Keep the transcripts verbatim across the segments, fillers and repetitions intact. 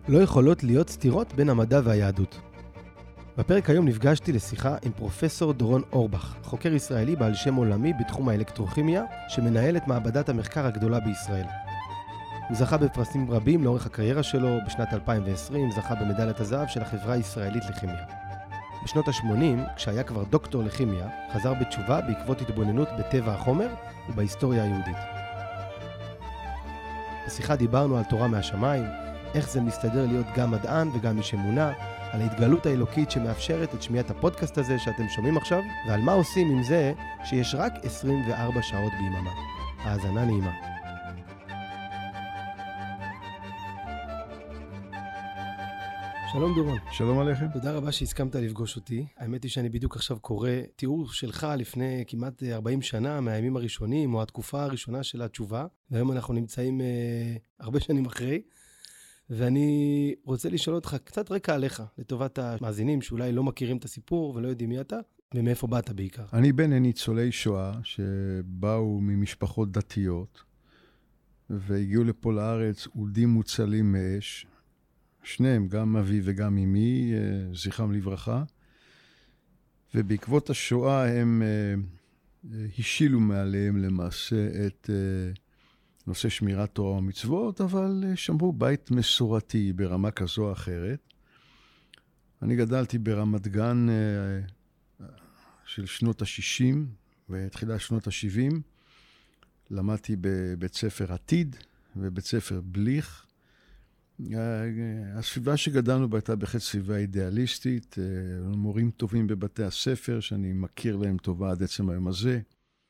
לא יכולות להיות סתירות בין המדע והיהדות. בפרק היום נפגשתי לשיחה עם פרופסור דורון אורבך, חוקר ישראלי בעל שם עולמי בתחום האלקטרוכימיה, שמנהל את מעבדת המחקר הגדולה בישראל. הוא זכה בפרסים רבים לאורך הקריירה שלו. בשנת אלפיים ועשרים זכה במדליית הזהב של החברה הישראלית לכימיה. בשנות ה-שמונים, כשהיה כבר דוקטור לכימיה, חזר בתשובה בעקבות התבוננות בטבע החומר ובהיסטוריה היהודית. בשיחה דיברנו על תורה מהשמיים, איך זה מסתדר להיות גם מדען וגם איש אמונה, על ההתגלות האלוקית שמאפשרת את שמיעת הפודקאסט הזה שאתם שומעים עכשיו, ועל מה עושים עם זה שיש רק עשרים וארבע שעות ביממה. האזנה נעימה. שלום דורון. שלום עליכם. תודה רבה שהסכמת לפגוש אותי. האמת היא שאני בדיוק עכשיו קורא תיאור שלך לפני כמעט ארבעים שנה, מהימים הראשונים, או התקופה הראשונה של התשובה, והיום אנחנו נמצאים אה, הרבה שנים אחרי, ואני רוצה לשאול אותך קצת רקע עליך, לטובת המאזינים שאולי לא מכירים את הסיפור ולא יודעים מי אתה, ומאיפה באת בעיקר. אני בן ניצולי שואה שבאו ממשפחות דתיות, והגיעו לפה לארץ אודים מוצלים מאש, שניהם, גם אבי וגם אמי, זכרם לברכה, ובעקבות השואה הם השילו מעליהם למעשה את נושא שמירת תורה ומצוות, אבל שמרו בית מסורתי ברמה כזו או אחרת. אני גדלתי ברמת גן של שנות ה-שישים ותחילת שנות ה-שבעים. למדתי בבית ספר עתיד ובית ספר בליך. הסביבה שגדלנו בה הייתה בהחלט סביבה אידיאליסטית, מורים טובים בבתי הספר שאני מכיר להם טובה עד עצם היום הזה.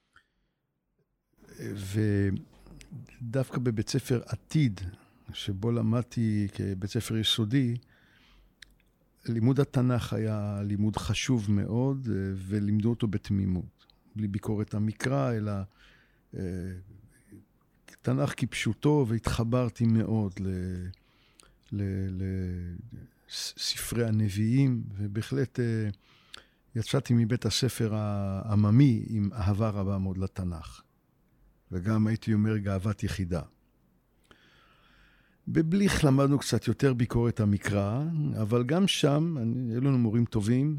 ודווקא בבית ספר עתיד, שבו למדתי כבית ספר יסודי, לימוד התנ"ך היה לימוד חשוב מאוד, ולימדו אותו בתמימות, בלי ביקורת המקרא, אלא תנ"ך כפשוטו, והתחברתי מאוד ל... לספרי הנביאים, ובהחלט יצאתי מבית הספר העממי עם אהבה רבה מאוד לתנ"ך. וגם הייתי אומר גאוות יחידה. בבליך למדנו קצת יותר ביקורת המקרא, אבל גם שם, היו לנו מורים טובים,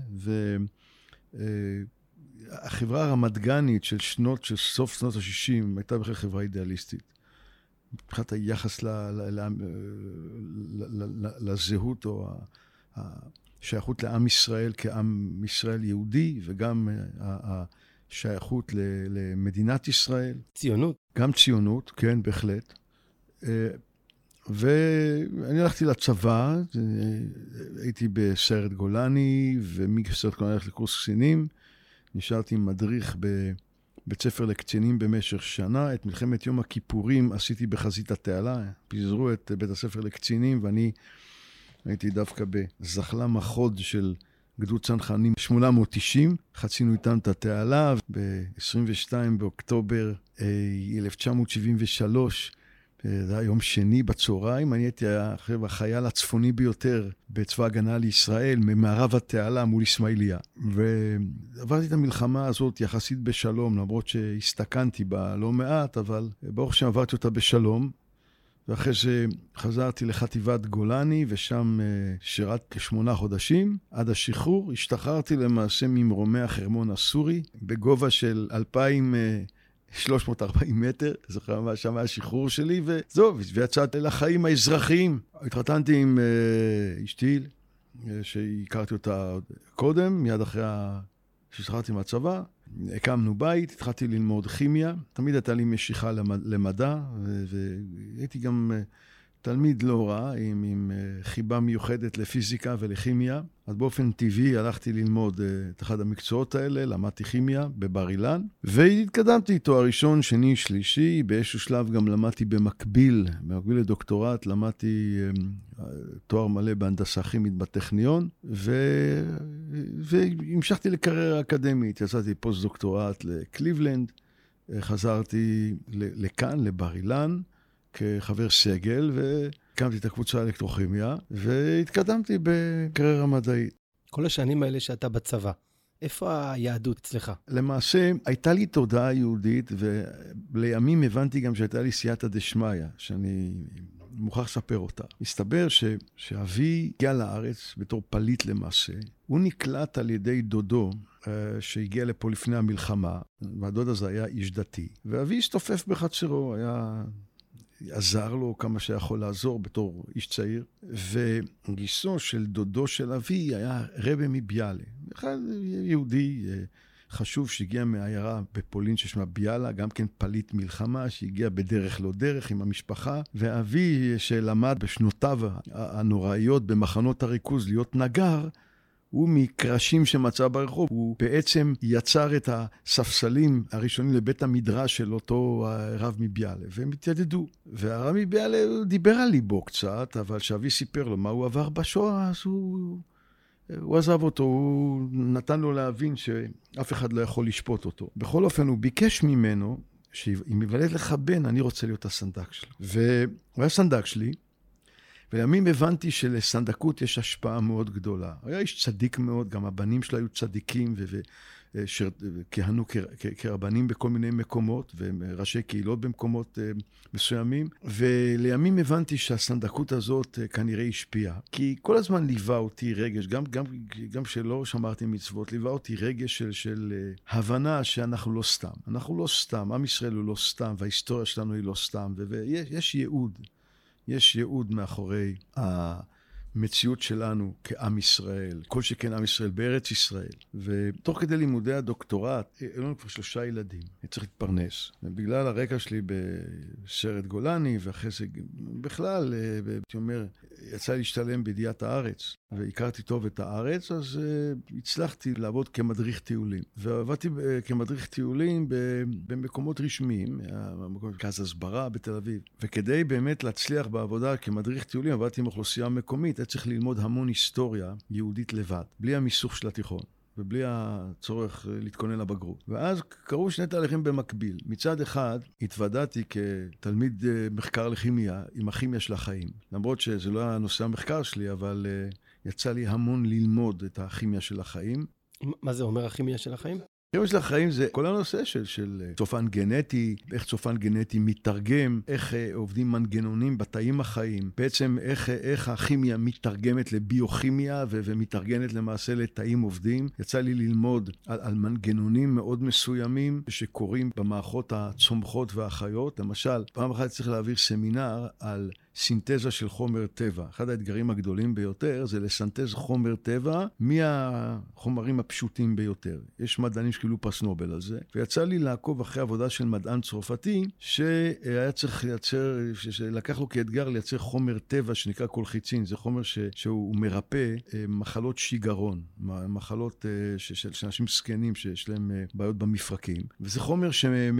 והחברה הרמת-גנית של שנות, של סוף שנות ה-שישים, הייתה בכלל חברה אידיאליסטית. מבחינת היחס לזהות או השייכות לעם ישראל כעם ישראל יהודי, וגם השייכות למדינת ישראל. ציונות. גם ציונות, כן, בהחלט. ואני הלכתי לצבא, הייתי בסיירת גולני, ומסיירת גולני הלכתי לקורס קצינים, נשארתי מדריך ב... בית ספר לקצינים במשך שנה. את מלחמת יום הכיפורים עשיתי בחזית התעלה, פיזרו את בית הספר לקצינים, ואני הייתי דווקא בזחלם החוד של גדוד צנחנים שמונה מאות תשעים, חצינו איתם את התעלה, ב-עשרים ושניים באוקטובר אלף תשע מאות שבעים ושלוש, זה היה יום שני בצהריים, אני הייתי החייל הצפוני ביותר בצבא הגנה לישראל, ממערב התעלה מול אסמאעיליה. ועברתי את המלחמה הזאת יחסית בשלום, למרות שהסתכנתי בה לא מעט, אבל ברוך שעברתי אותה בשלום. ואחרי זה חזרתי לחטיבת גולני, ושם שירת כשמונה חודשים. עד השחרור השתחררתי למעשה ממרומי החרמון הסורי, בגובה של אלפיים שלוש מאות וארבעים מטר, זוכר מה שם השחרור שלי, וזהו, ויצאתי לחיים האזרחיים. התחתנתי עם uh, אשתי, שהכרתי אותה קודם, מיד אחרי ששחררתי מהצבא. הקמנו בית, התחלתי ללמוד כימיה, תמיד הייתה לי משיכה למדע, והייתי גם uh, תלמיד לא רע, עם, עם uh, חיבה מיוחדת לפיזיקה ולכימיה. אז באופן טבעי הלכתי ללמוד uh, את אחד המקצועות האלה, למדתי כימיה בבר אילן, והתקדמתי תואר ראשון, שני, שלישי, באיזשהו שלב גם למדתי במקביל, במקביל לדוקטורט, למדתי uh, תואר מלא בהנדסה כימית בטכניון, ו... והמשכתי לקריירה אקדמית, יצאתי פוסט דוקטורט לקליבלנד, חזרתי לכאן, לבר אילן, כחבר סגל, והקמתי את הקבוצה האלקטרוכימיה, והתקדמתי בקריירה מדעית. כל השנים האלה שאתה בצבא, איפה היהדות אצלך? למעשה, הייתה לי תודעה יהודית, ולימים הבנתי גם שהייתה לי סייעתא דשמיא, שאני מוכרח לספר אותה. מסתבר ש, שאבי הגיע לארץ בתור פליט למעשה. הוא נקלט על ידי דודו שהגיע לפה לפני המלחמה, והדוד הזה היה איש דתי. ואבי הסתופף בחצרו, היה... עזר לו כמה שיכול לעזור בתור איש צעיר, וגיסו של דודו של אבי היה רבי מביאלה. אחד יהודי חשוב שהגיע מהעיירה בפולין ששמה ביאלה, גם כן פליט מלחמה שהגיע בדרך לא דרך עם המשפחה, ואבי שלמד בשנותיו הנוראיות במחנות הריכוז להיות נגר, הוא מקרשים שמצא ברחוב, הוא בעצם יצר את הספסלים הראשונים לבית המדרש של אותו הרב מביאלה, והם התיידדו. והרב מביאלה דיבר על ליבו קצת, אבל שאבי סיפר לו מה הוא עבר בשואה, אז הוא, הוא עזב אותו, הוא נתן לו להבין שאף אחד לא יכול לשפוט אותו. בכל אופן, הוא ביקש ממנו, שאם יוולד לך בן, אני רוצה להיות הסנדק שלו. והוא היה סנדק שלי, ולימים הבנתי שלסנדקות יש השפעה מאוד גדולה. היה איש צדיק מאוד, גם הבנים שלו היו צדיקים וכהנו כרבנים בכל מיני מקומות, וראשי קהילות במקומות מסוימים. ולימים הבנתי שהסנדקות הזאת כנראה השפיעה. כי כל הזמן ליווה אותי רגש, גם, גם, גם שלא שמרתי מצוות, ליווה אותי רגש של, של הבנה שאנחנו לא סתם. אנחנו לא סתם, עם ישראל הוא לא סתם, וההיסטוריה שלנו היא לא סתם, ויש ייעוד. יש ייעוד מאחורי המציאות שלנו כעם ישראל, כל שכן עם ישראל בארץ ישראל. ותוך כדי לימודי הדוקטורט, היו לנו כבר שלושה ילדים, אני צריך להתפרנס. בגלל הרקע שלי בסיירת גולני, ואחרי זה בכלל, הייתי אומר, יצא להשתלם בידיעת הארץ, והכרתי טוב את הארץ, אז uh, הצלחתי לעבוד כמדריך טיולים. ועבדתי uh, כמדריך טיולים במקומות רשמיים, מרכז הסברה בתל אביב. וכדי באמת להצליח בעבודה כמדריך טיולים, עבדתי עם אוכלוסייה מקומית, היה צריך ללמוד המון היסטוריה יהודית לבד, בלי המיסוך של התיכון. ובלי הצורך להתכונן לבגרות. ואז קרו שני תהליכים במקביל. מצד אחד, התוודעתי כתלמיד מחקר לכימיה, עם הכימיה של החיים. למרות שזה לא היה נושא המחקר שלי, אבל יצא לי המון ללמוד את הכימיה של החיים. מה זה אומר הכימיה של החיים? הכימיה של החיים זה כל הנושא של, של צופן גנטי, איך צופן גנטי מתרגם, איך עובדים מנגנונים בתאים החיים, בעצם איך, איך הכימיה מתרגמת לביוכימיה ו- ומתרגנת למעשה לתאים עובדים. יצא לי ללמוד על, על מנגנונים מאוד מסוימים שקורים במערכות הצומחות והחיות. למשל, פעם אחת צריך להעביר סמינר על סינתזה של חומר טבע. אחד האתגרים הגדולים ביותר זה לסנטז חומר טבע מהחומרים הפשוטים ביותר. יש מדענים שקיבלו פרס נובל על זה, ויצא לי לעקוב אחרי עבודה של מדען צרפתי, שהיה צריך לייצר, שלקח לו כאתגר לייצר חומר טבע שנקרא קולחיצין. זה חומר ש, שהוא מרפא מחלות שיגרון, מחלות של, של אנשים סקנים שיש להם בעיות במפרקים. וזה חומר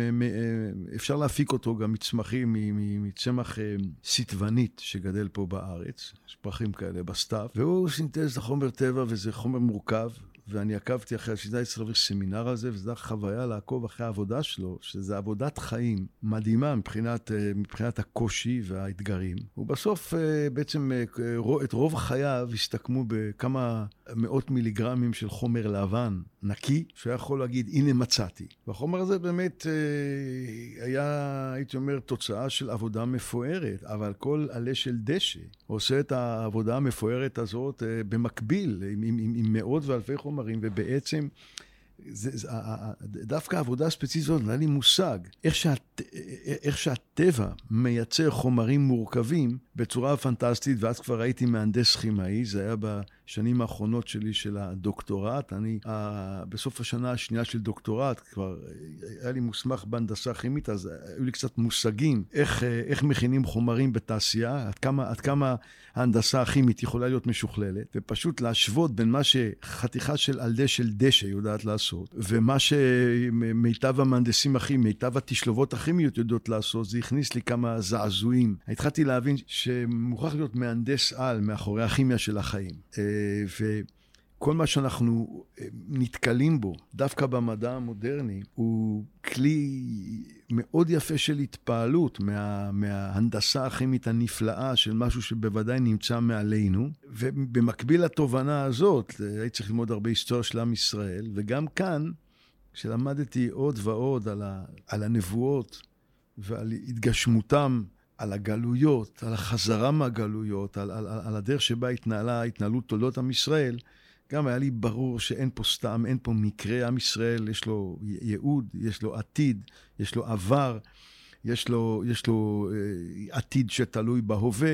שאפשר להפיק אותו גם מצמחים, מצמח סיטבנית שגדל פה בארץ, יש פרחים כאלה בסתיו, והוא סינתז את החומר טבע, וזה חומר מורכב, ואני עקבתי אחרי השיטה, צריך להעביר סמינר על זה, וזו חוויה לעקוב אחרי העבודה שלו, שזה עבודת חיים מדהימה מבחינת, מבחינת הקושי והאתגרים. ובסוף בעצם את רוב חייו הסתכמו בכמה מאות מיליגרמים של חומר לבן נקי, שהוא יכול להגיד, הנה מצאתי. והחומר הזה באמת היה, הייתי אומר, תוצאה של עבודה מפוארת, אבל כל עלה של דשא עושה את העבודה המפוארת הזאת במקביל, עם, עם, עם, עם מאות ואלפי חומרים, ובעצם זה, זה, דווקא העבודה הספציפית הזאת, נראה לי מושג, איך, שהט, איך שהטבע מייצר חומרים מורכבים בצורה פנטסטית, ואז כבר הייתי מהנדס כימאי, זה היה בשנים האחרונות שלי של הדוקטורט, אני בסוף השנה השנייה של דוקטורט, כבר היה לי מוסמך בהנדסה כימית, אז היו לי קצת מושגים, איך, איך מכינים חומרים בתעשייה, עד כמה, עד כמה ההנדסה הכימית יכולה להיות משוכללת, ופשוט להשוות בין מה שחתיכה של על דשא של דשא יודעת לעשות, ומה שמיטב המהנדסים הכימיים, מיטב התשלובות הכימיות יודעות לעשות, זה הכניס לי כמה זעזועים. התחלתי להבין שמוכרח להיות מהנדס על מאחורי הכימיה של החיים. וכל מה שאנחנו נתקלים בו, דווקא במדע המודרני, הוא כלי מאוד יפה של התפעלות מה, מההנדסה הכימית הנפלאה של משהו שבוודאי נמצא מעלינו. ובמקביל לתובנה הזאת, הייתי צריך ללמוד הרבה היסטוריה של עם ישראל, וגם כאן, כשלמדתי עוד ועוד על, ה, על הנבואות ועל התגשמותם על הגלויות, על החזרה מהגלויות, על, על, על הדרך שבה התנהלה, התנהלות תולדות עם ישראל, גם היה לי ברור שאין פה סתם, אין פה מקרה. עם ישראל, יש לו ייעוד, יש לו עתיד, יש לו עבר, יש לו, יש לו אה, עתיד שתלוי בהווה,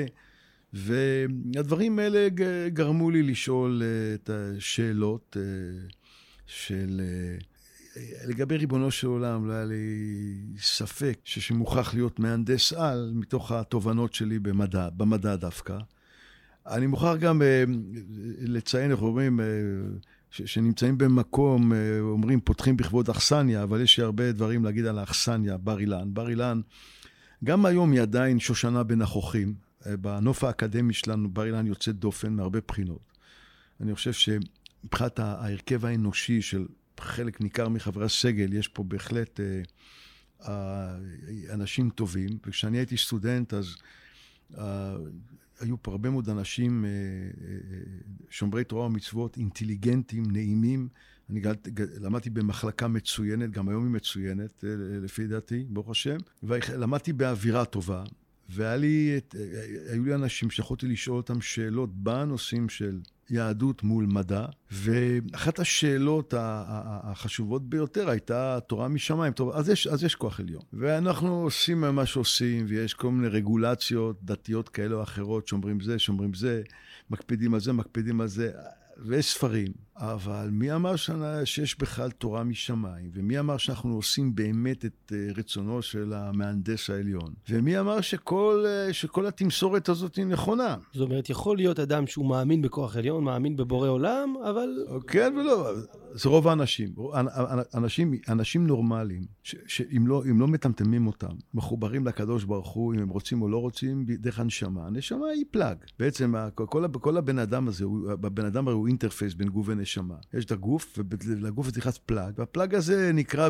והדברים האלה גרמו לי לשאול אה, את השאלות אה, של... אה, לגבי ריבונו של עולם, לא היה לי ספק שמוכרח להיות מהנדס על מתוך התובנות שלי במדע, במדע דווקא. אני מוכרח גם לציין, איך אומרים, שנמצאים במקום, אומרים, פותחים בכבוד אכסניה, אבל יש הרבה דברים להגיד על האכסניה, בר אילן. בר אילן, גם היום היא עדיין שושנה בין החוכים. בנוף האקדמי שלנו, בר אילן יוצא דופן מהרבה בחינות. אני חושב שמבחינת ההרכב האנושי של חלק ניכר מחברי הסגל, יש פה בהחלט אה, אה, אנשים טובים. וכשאני הייתי סטודנט, אז אה, היו פה הרבה מאוד אנשים אה, אה, שומרי תורה ומצוות, אינטליגנטים, נעימים. אני גל, גל, למדתי במחלקה מצוינת, גם היום היא מצוינת, אה, לפי דעתי, ברוך השם. ולמדתי באווירה טובה, והיו לי, לי אנשים שיכולתי לשאול אותם שאלות בנושאים של יהדות מול מדע, ואחת השאלות החשובות ביותר הייתה תורה משמיים. טוב, אז יש, אז יש כוח עליון. ואנחנו עושים מה שעושים, ויש כל מיני רגולציות דתיות כאלה או אחרות, שאומרים זה, שאומרים זה, מקפידים על זה, מקפידים על זה, ויש ספרים. אבל מי אמר שיש בכלל תורה משמיים? ומי אמר שאנחנו עושים באמת את רצונו של המהנדס העליון? ומי אמר שכל, שכל התמסורת הזאת היא נכונה? זאת אומרת, יכול להיות אדם שהוא מאמין בכוח עליון, מאמין בבורא עולם, אבל... כן ולא, זה רוב האנשים. אנשים, אנשים נורמליים, שאם לא, אם לא מטמטמים אותם, מחוברים לקדוש ברוך הוא, אם הם רוצים או לא רוצים, דרך הנשמה. הנשמה היא פלאג. בעצם, כל, כל הבן אדם הזה, הבן אדם הרי הוא אינטרפייס בין גוף ונשמה. יש את הגוף, ולגוף זה נכנס פלאג, והפלאג הזה נקרא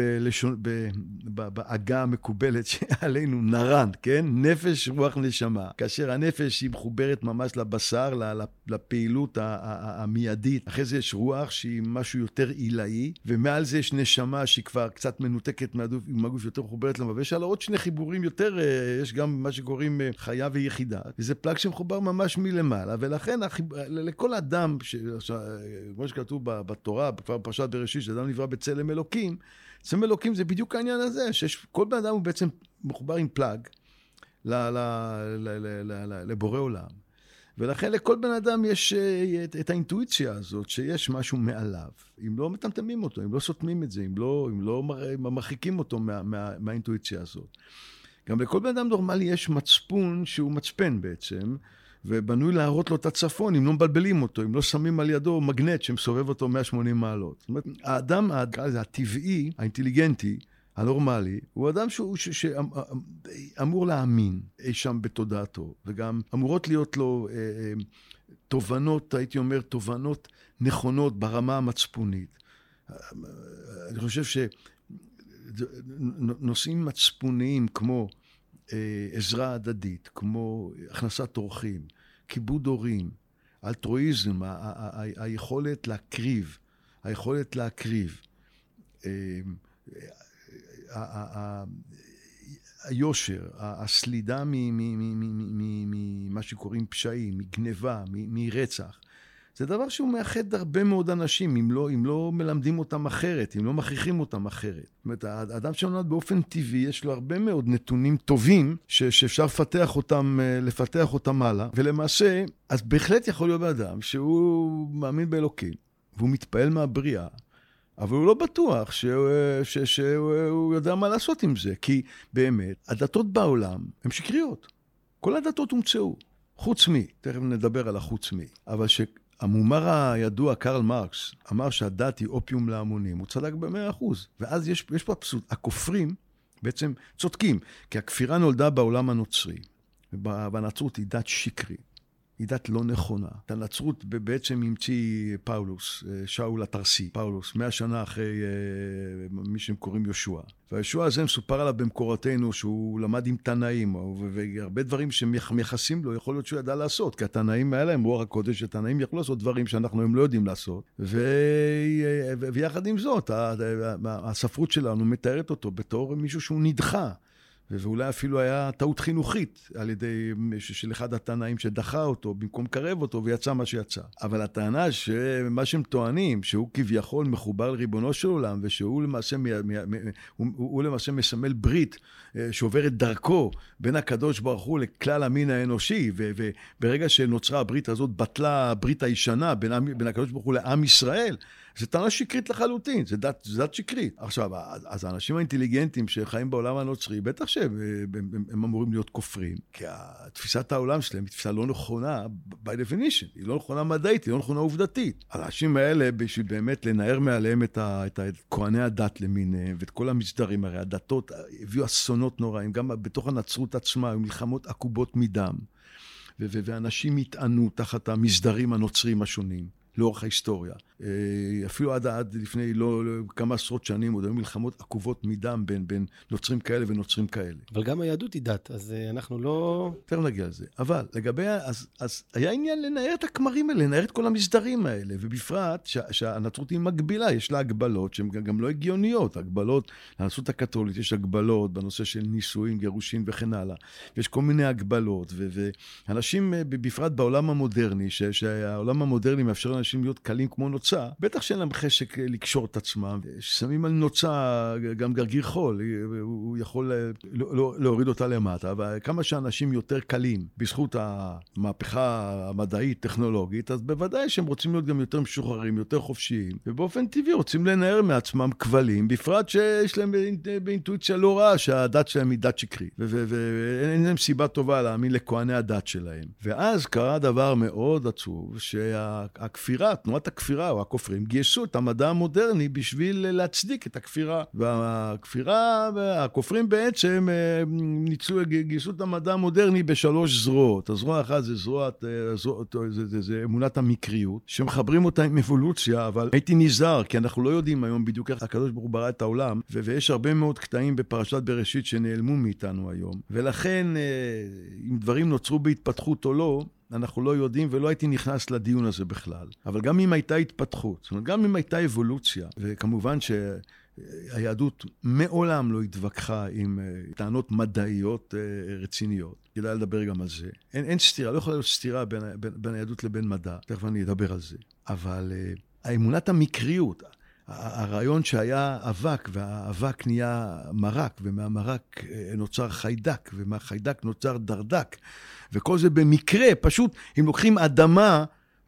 בעגה המקובלת שעלינו נרן, כן? נפש, רוח, נשמה. כאשר הנפש היא מחוברת ממש לבשר, לפעילות המיידית. אחרי זה יש רוח שהיא משהו יותר עילאי, ומעל זה יש נשמה שהיא כבר קצת מנותקת מהגוף, יותר מחוברת למוות. יש על עוד שני חיבורים יותר, יש גם מה שקוראים חיה ויחידה, וזה פלאג שמחובר ממש מלמעלה, ולכן לכל אדם, כמו שכתוב בתורה, כבר בפרשת בראשית, שאדם נברא בצלם אלוקים, צלם אלוקים זה בדיוק העניין הזה, שכל בן אדם הוא בעצם מחובר עם פלאג לבורא עולם. ולכן לכל בן אדם יש את האינטואיציה הזאת, שיש משהו מעליו. אם לא מטמטמים אותו, אם לא סותמים את זה, אם לא, אם לא מרחיקים אותו מה, מה, מהאינטואיציה הזאת. גם לכל בן אדם נורמלי יש מצפון שהוא מצפן בעצם, ובנוי להראות לו את הצפון, אם לא מבלבלים אותו, אם לא שמים על ידו מגנט שמסובב אותו מאה ושמונים מעלות. זאת אומרת, האדם הטבעי, האינטליגנטי, הנורמלי, הוא אדם שהוא, ש, שאמור להאמין אי שם בתודעתו, וגם אמורות להיות לו אה, אה, תובנות, הייתי אומר, תובנות נכונות ברמה המצפונית. אני חושב שנושאים מצפוניים כמו אה, עזרה הדדית, כמו הכנסת אורחים, כיבוד הורים, אלטרואיזם, ה- ה- ה- היכולת להקריב, היכולת להקריב, אה, היושר, הסלידה ממה שקוראים פשעים, מגניבה, מרצח. זה דבר שהוא מאחד הרבה מאוד אנשים, אם לא, אם לא מלמדים אותם אחרת, אם לא מכריחים אותם אחרת. זאת אומרת, האדם שנולד באופן טבעי, יש לו הרבה מאוד נתונים טובים, שאפשר לפתח אותם, לפתח אותם הלאה, ולמעשה, אז בהחלט יכול להיות באדם שהוא מאמין באלוקים, והוא מתפעל מהבריאה, אבל הוא לא בטוח שהוא, ש, שהוא יודע מה לעשות עם זה, כי באמת, הדתות בעולם הן שקריות. כל הדתות הומצאו, חוץ מי, תכף נדבר על החוץ מי, אבל שהמומר הידוע, קרל מרקס, אמר שהדת היא אופיום להמונים, הוא צדק במאה אחוז, ואז יש, יש פה אבסורד, הכופרים בעצם צודקים, כי הכפירה נולדה בעולם הנוצרי, והנצרות היא דת שקרי. היא דת לא נכונה. את הנצרות בעצם המציא פאולוס, שאול התרסי, פאולוס, מאה שנה אחרי מי שהם קוראים יהושע. והיהושע הזה מסופר עליו במקורתנו שהוא למד עם תנאים, והרבה דברים שמייחסים לו יכול להיות שהוא ידע לעשות, כי התנאים האלה הם רוח הקודש, התנאים יכלו לעשות דברים שאנחנו הם לא יודעים לעשות. ו... ויחד עם זאת, הספרות שלנו מתארת אותו בתור מישהו שהוא נדחה. ואולי אפילו היה טעות חינוכית על ידי של אחד התנאים שדחה אותו, במקום קרב אותו, ויצא מה שיצא. אבל הטענה שמה שהם טוענים, שהוא כביכול מחובר לריבונו של עולם, ושהוא למעשה, הוא, הוא למעשה מסמל ברית שעוברת דרכו בין הקדוש ברוך הוא לכלל המין האנושי, וברגע שנוצרה הברית הזאת, בטלה הברית הישנה בין, בין הקדוש ברוך הוא לעם ישראל, זה טענה שקרית לחלוטין, זה דת, זה דת שקרית. עכשיו, אז האנשים האינטליגנטים שחיים בעולם הנוצרי, בטח שהם הם, הם, הם אמורים להיות כופרים, כי תפיסת העולם שלהם היא תפיסה לא נכונה, by definition, היא לא נכונה מדעית, היא לא נכונה עובדתית. האנשים האלה, בשביל באמת לנער מעליהם את, ה, את, ה, את כהני הדת למיניהם, ואת כל המסדרים, הרי הדתות הביאו אסונות נוראים, גם בתוך הנצרות עצמה, מלחמות עקובות מדם, ו- ו- ואנשים התענו תחת המסדרים הנוצרים השונים. לאורך ההיסטוריה. אפילו עד, עד לפני לא, לא, כמה עשרות שנים, עוד היו מלחמות עקובות מדם בין, בין נוצרים כאלה ונוצרים כאלה. אבל גם היהדות היא דת, אז אנחנו לא... יותר נגיע לזה. אבל לגבי, אז, אז היה עניין לנער את הכמרים האלה, לנער את כל המסדרים האלה, ובפרט שה, שהנצרות היא מגבילה, יש לה הגבלות שהן גם לא הגיוניות, הגבלות, לנצרות הקתולית יש הגבלות בנושא של נישואים, גירושין וכן הלאה, ויש כל מיני הגבלות, ו, ואנשים בפרט בעולם המודרני, ש, שהעולם המודרני מאפשר אנשים להיות קלים כמו נוצה, בטח שאין להם חשק לקשור את עצמם. ששמים על נוצה גם גרגיר חול, הוא יכול להוריד אותה למטה, אבל כמה שאנשים יותר קלים בזכות המהפכה המדעית, טכנולוגית, אז בוודאי שהם רוצים להיות גם יותר משוחררים, יותר חופשיים, ובאופן טבעי רוצים לנער מעצמם כבלים, בפרט שיש להם באינטואיציה לא רעה שהדת שלהם היא דת שקרית, ואין להם סיבה טובה להאמין לכהני הדת שלהם. ואז קרה דבר מאוד עצוב, שהכפירה, תנועת הכפירה או הכופרים, גייסו את המדע המודרני בשביל להצדיק את הכפירה. והכפירה, הכופרים בעצם ניצלו, גייסו את המדע המודרני בשלוש זרועות. הזרוע אחת זה זרועת, זה, זה, זה אמונת המקריות, שמחברים אותה עם אבולוציה, אבל הייתי נזהר, כי אנחנו לא יודעים היום בדיוק איך הקדוש ברוך הוא ברא את העולם, ו- ויש הרבה מאוד קטעים בפרשת בראשית שנעלמו מאיתנו היום. ולכן, אם דברים נוצרו בהתפתחות או לא, אנחנו לא יודעים, ולא הייתי נכנס לדיון הזה בכלל. אבל גם אם הייתה התפתחות, זאת אומרת, גם אם הייתה אבולוציה, וכמובן שהיהדות מעולם לא התווכחה עם טענות מדעיות רציניות. כדאי לדבר גם על זה. אין, אין סתירה, לא יכולה להיות סתירה בין, בין, בין היהדות לבין מדע. תכף אני אדבר על זה. אבל האמונת המקריות, הרעיון שהיה אבק, והאבק נהיה מרק, ומהמרק נוצר חיידק, ומהחיידק נוצר דרדק, וכל זה במקרה, פשוט, אם לוקחים אדמה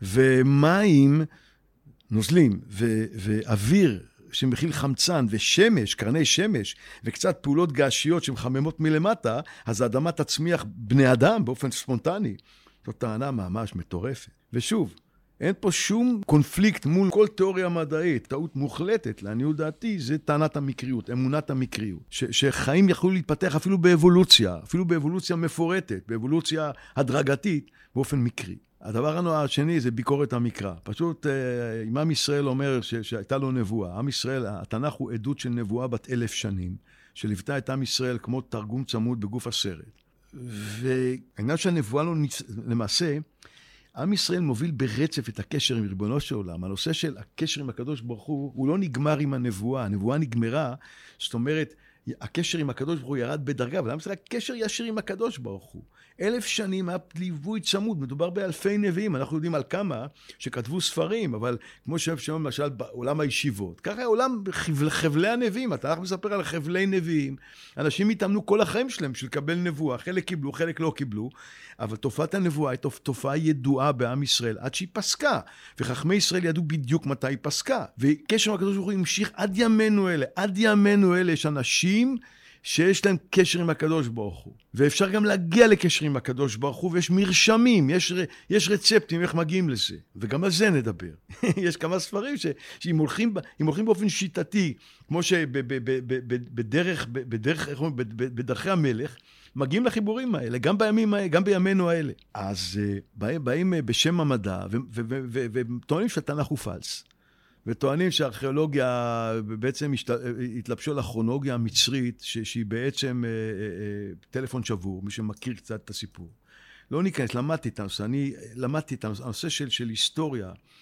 ומים נוזלים, ו- ואוויר שמכיל חמצן, ושמש, קרני שמש, וקצת פעולות געשיות שמחממות מלמטה, אז האדמה תצמיח בני אדם באופן ספונטני. זאת טענה ממש מטורפת. ושוב, אין פה שום קונפליקט מול כל תיאוריה מדעית. טעות מוחלטת, לעניות דעתי, זה טענת המקריות, אמונת המקריות. ש- שחיים יכולו להתפתח אפילו באבולוציה, אפילו באבולוציה מפורטת, באבולוציה הדרגתית, באופן מקרי. הדבר השני זה ביקורת המקרא. פשוט, אם עם ישראל אומר ש- שהייתה לו נבואה, עם ישראל, התנ"ך הוא עדות של נבואה בת אלף שנים, שליוותה את עם ישראל כמו תרגום צמוד בגוף הסרט. והעניין שהנבואה לא נצ... למעשה, עם ישראל מוביל ברצף את הקשר עם ריבונו של עולם. הנושא של הקשר עם הקדוש ברוך הוא, הוא לא נגמר עם הנבואה. הנבואה נגמרה, זאת אומרת, הקשר עם הקדוש ברוך הוא ירד בדרגה, אבל עם ישראל הקשר ישיר עם הקדוש ברוך הוא. אלף שנים היה ליווי צמוד, מדובר באלפי נביאים, אנחנו יודעים על כמה שכתבו ספרים, אבל כמו שאומרים למשל בעולם הישיבות, ככה העולם חבל, חבלי הנביאים, אתה הולך מספר על חבלי נביאים, אנשים התאמנו כל החיים שלהם של לקבל נבואה, חלק קיבלו, חלק לא קיבלו, אבל תופעת הנבואה היא תופעה ידועה בעם ישראל, עד שהיא פסקה, וחכמי ישראל ידעו בדיוק מתי היא פסקה, וקשר עם הקדוש ברוך הוא המשיך עד ימינו אלה, עד ימינו אלה יש אנשים שיש להם קשר עם הקדוש ברוך הוא. ואפשר גם להגיע לקשר עם הקדוש ברוך הוא, ויש מרשמים, יש, יש רצפטים איך מגיעים לזה. וגם על זה נדבר. יש כמה ספרים ש, שאם הולכים, אם הולכים באופן שיטתי, כמו שבדרך, בדרך, בדרכי המלך, מגיעים לחיבורים האלה, גם בימים, גם בימינו האלה. אז באים, באים בשם המדע, וטוענים שהתנ"ך הוא פלס. וטוענים שהארכיאולוגיה בעצם התלבשו על הכרונולוגיה המצרית, שהיא בעצם טלפון שבור, מי שמכיר קצת את הסיפור. לא ניכנס, למדתי את הנושא, אני למדתי את הנושא של, של היסטוריה,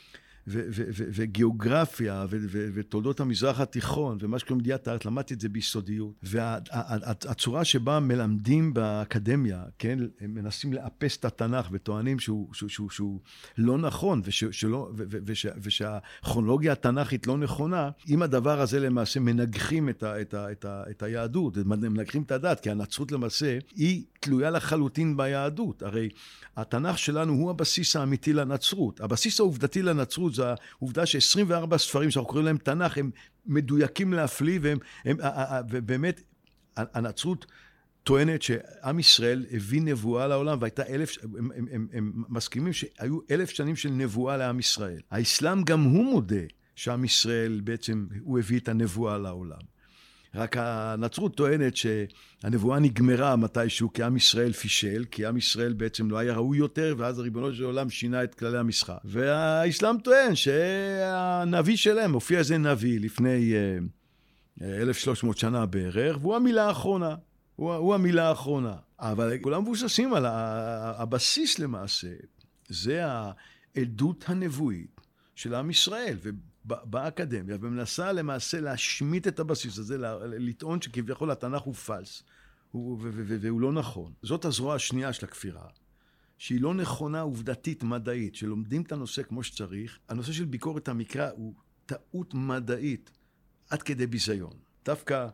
וגיאוגרפיה ותולדות המזרח התיכון ומה שקוראים מדינת הארץ, למדתי את זה ביסודיות. והצורה שבה מלמדים באקדמיה, כן, הם מנסים לאפס את התנ"ך וטוענים שהוא, שהוא, שהוא, שהוא לא נכון ושלא, ושהכרונולוגיה התנ"כית לא נכונה, אם הדבר הזה למעשה מנגחים את, ה, את, ה, את, ה, את היהדות, מנגחים את הדת, כי הנצרות למעשה היא תלויה לחלוטין ביהדות. הרי התנ"ך שלנו הוא הבסיס האמיתי לנצרות. הבסיס העובדתי לנצרות זה העובדה ש-עשרים וארבעה ספרים שאנחנו קוראים להם תנ"ך, הם מדויקים להפליא, והם, הם, ובאמת הנצרות טוענת שעם ישראל הביא נבואה לעולם, והייתה אלף, הם, הם, הם, הם מסכימים שהיו אלף שנים של נבואה לעם ישראל. האסלאם גם הוא מודה שעם ישראל בעצם הוא הביא את הנבואה לעולם. רק הנצרות טוענת שהנבואה נגמרה מתישהו כי עם ישראל פישל, כי עם ישראל בעצם לא היה ראוי יותר, ואז הריבונו של עולם שינה את כללי המשחק. והאסלאם טוען שהנביא שלהם, הופיע איזה נביא לפני אלף ושלוש מאות שנה בערך, והוא המילה האחרונה. הוא, הוא המילה האחרונה. אבל כולם מבוססים על הבסיס למעשה, זה העדות הנבואית של עם ישראל, ו... באקדמיה, ומנסה למעשה להשמיט את הבסיס הזה, לטעון שכביכול התנ"ך הוא פלס, והוא לא נכון. זאת הזרוע השנייה של הכפירה, שהיא לא נכונה עובדתית מדעית, שלומדים את הנושא כמו שצריך. הנושא של ביקורת המקרא הוא טעות מדעית, עד כדי ביזיון. דווקא,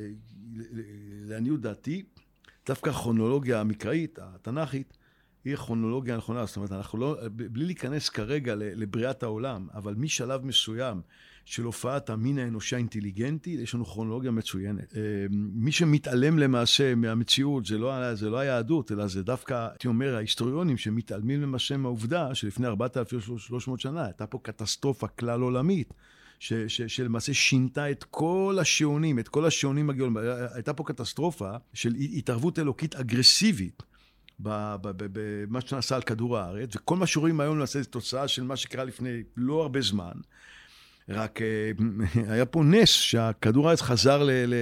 לעניות דעתי, דווקא הכרונולוגיה המקראית, התנ"כית, היא כרונולוגיה נכונה, זאת אומרת, אנחנו לא, בלי להיכנס כרגע לבריאת העולם, אבל משלב מסוים של הופעת המין האנושי האינטליגנטי, יש לנו כרונולוגיה מצוינת. מי שמתעלם למעשה מהמציאות, זה לא, זה לא היהדות, אלא זה דווקא, הייתי אומר, ההיסטוריונים שמתעלמים למעשה מהעובדה, שלפני ארבעת אלפים ושלוש מאות שנה, הייתה פה קטסטרופה כלל עולמית, ש, ש, שלמעשה שינתה את כל השעונים, את כל השעונים הגאולים. הייתה פה קטסטרופה של התערבות אלוקית אגרסיבית, במה שנעשה על כדור הארץ, וכל מה שרואים היום למעשה זה תוצאה של מה שקרה לפני לא הרבה זמן, רק היה פה נס שהכדור הארץ חזר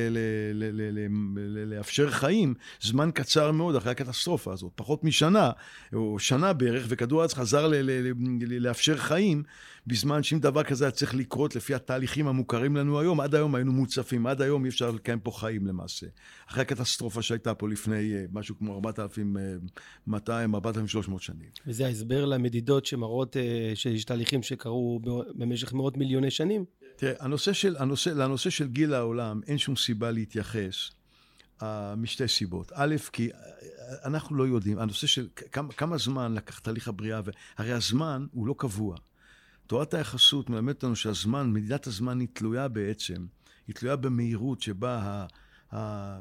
לאפשר חיים זמן קצר מאוד אחרי הקטסטרופה הזאת, פחות משנה או שנה בערך, וכדור הארץ חזר לאפשר חיים בזמן שאם דבר כזה היה צריך לקרות לפי התהליכים המוכרים לנו היום. עד היום היינו מוצפים, עד היום אי אפשר לקיים פה חיים למעשה, אחרי הקטסטרופה שהייתה פה לפני משהו כמו ארבעת אלפים ומאתיים ארבעת אלפים ושלוש מאות שנים. וזה ההסבר למדידות שמראות שיש תהליכים שקרו במשך מאות מיליוני שנים. תראה, הנושא של, הנושא, לנושא של גיל העולם אין שום סיבה להתייחס uh, משתי סיבות. א', כי אנחנו לא יודעים, הנושא של כמה, כמה זמן לקח תהליך הבריאה, והרי הזמן הוא לא קבוע. תורת היחסות מלמדת לנו שהזמן, מדידת הזמן היא תלויה בעצם, היא תלויה במהירות שבה ה, ה,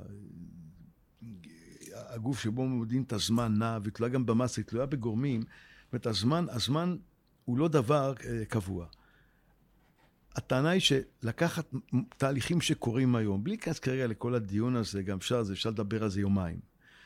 הגוף שבו מודדים את הזמן נע, והיא תלויה גם במסה, היא תלויה בגורמים. זאת אומרת, הזמן, הזמן הוא לא דבר uh, קבוע. הטענה היא שלקחת תהליכים שקורים היום, בלי להיכנס כרגע לכל הדיון הזה, גם אפשר, אפשר לדבר על זה יומיים.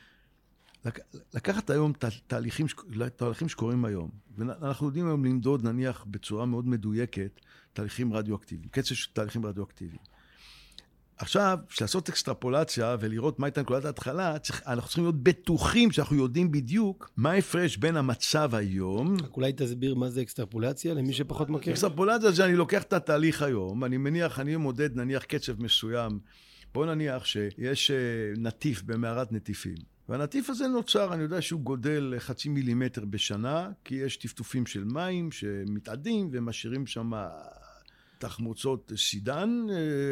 לקחת היום תהליכים, תהליכים שקורים היום, ואנחנו יודעים היום למדוד, נניח, בצורה מאוד מדויקת, תהליכים רדיואקטיביים, קצב של תהליכים רדיואקטיביים. עכשיו, לעשות אקסטרפולציה ולראות מה הייתה נקודת ההתחלה, צריך, אנחנו צריכים להיות בטוחים שאנחנו יודעים בדיוק מה ההפרש בין המצב היום. אולי תסביר מה זה אקסטרפולציה למי שפחות מכיר. אקסטרפולציה זה אני לוקח את התהליך היום, אני מניח, אני מודד נניח קצב מסוים, בוא נניח שיש נטיף במערת נטיפים, והנטיף הזה נוצר, אני יודע שהוא גודל חצי מילימטר בשנה, כי יש טפטופים של מים שמתאדים ומשאירים שם תחמוצות סידן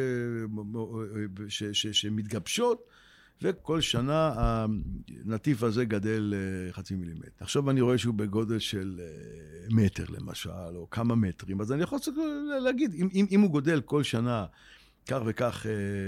ש, ש, שמתגבשות, וכל שנה הנטיף הזה גדל חצי מילימטר. עכשיו אני רואה שהוא בגודל של מטר למשל, או כמה מטרים, אז אני יכול להגיד, אם, אם, אם הוא גודל כל שנה כך וכך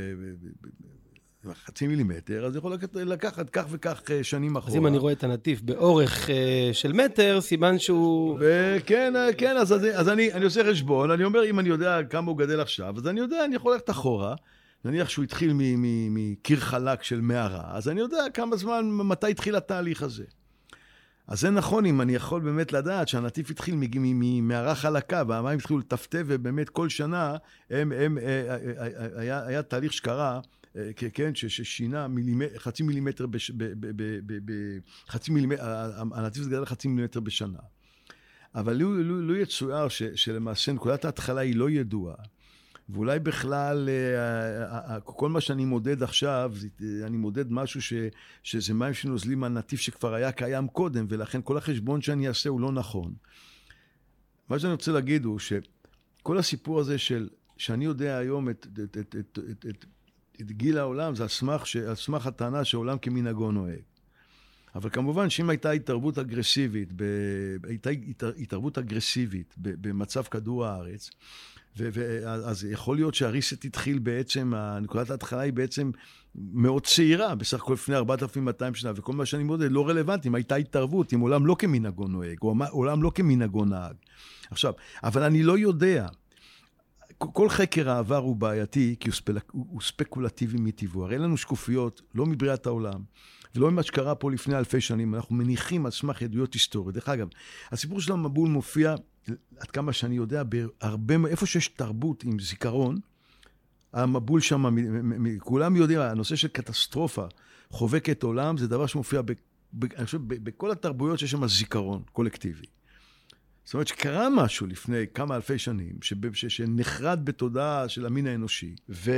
חצי מילימטר, אז יכול לקחת כך וכך שנים אחורה. אז אם אני רואה את הנטיף באורך של מטר, סימן שהוא... וכן, כן, אז, אז אני, אני עושה חשבון, אני אומר, אם אני יודע כמה הוא גדל עכשיו, אז אני יודע, אני יכול ללכת אחורה, נניח שהוא התחיל מקיר חלק של מערה, אז אני יודע כמה זמן, מתי התחיל התהליך הזה. אז זה נכון אם אני יכול באמת לדעת שהנטיף התחיל ממערה חלקה, והמים התחילו לטפטף, ובאמת כל שנה הם, הם, היה, היה תהליך שקרה, כן, ששינה חצי מילימטר, חצי מילימטר, הנטיף זה גדל חצי מילימטר בשנה. אבל לו, לו, לו יצויר ש, שלמעשה נקודת ההתחלה היא לא ידועה, ואולי בכלל, כל מה שאני מודד עכשיו, אני מודד משהו ש, שזה מים שנוזלים על נתיב שכבר היה קיים קודם, ולכן כל החשבון שאני אעשה הוא לא נכון. מה שאני רוצה להגיד הוא שכל הסיפור הזה של, שאני יודע היום את, את, את, את, את, את, את גיל העולם, זה על סמך, על סמך הטענה שהעולם כמנהגו נוהג. אבל כמובן שאם הייתה התערבות אגרסיבית, ב, הייתה התערבות אגרסיבית במצב כדור הארץ, ו- ו- אז יכול להיות שהריסט התחיל בעצם, נקודת ההתחלה היא בעצם מאוד צעירה, בסך הכל לפני ארבעת אלפים ומאתיים שנה, וכל מה שאני מודד לא רלוונטי, אם הייתה התערבות, אם עולם לא כמנהגו נוהג, או עולם לא כמנהגו נהג. עכשיו, אבל אני לא יודע, כל חקר העבר הוא בעייתי, כי הוא, ספק, הוא ספקולטיבי מטבעו. הרי אין לנו שקופיות, לא מבריאת העולם, ולא ממה שקרה פה לפני אלפי שנים, אנחנו מניחים על סמך עדויות היסטוריות. דרך אגב, הסיפור של המבול מופיע, עד כמה שאני יודע, בהרבה, איפה שיש תרבות עם זיכרון, המבול שם, כולם יודעים, הנושא של קטסטרופה, חובקת עולם, זה דבר שמופיע, ב, ב, אני חושב, ב, בכל התרבויות שיש שם זיכרון קולקטיבי. זאת אומרת שקרה משהו לפני כמה אלפי שנים, שנחרד בתודעה של המין האנושי,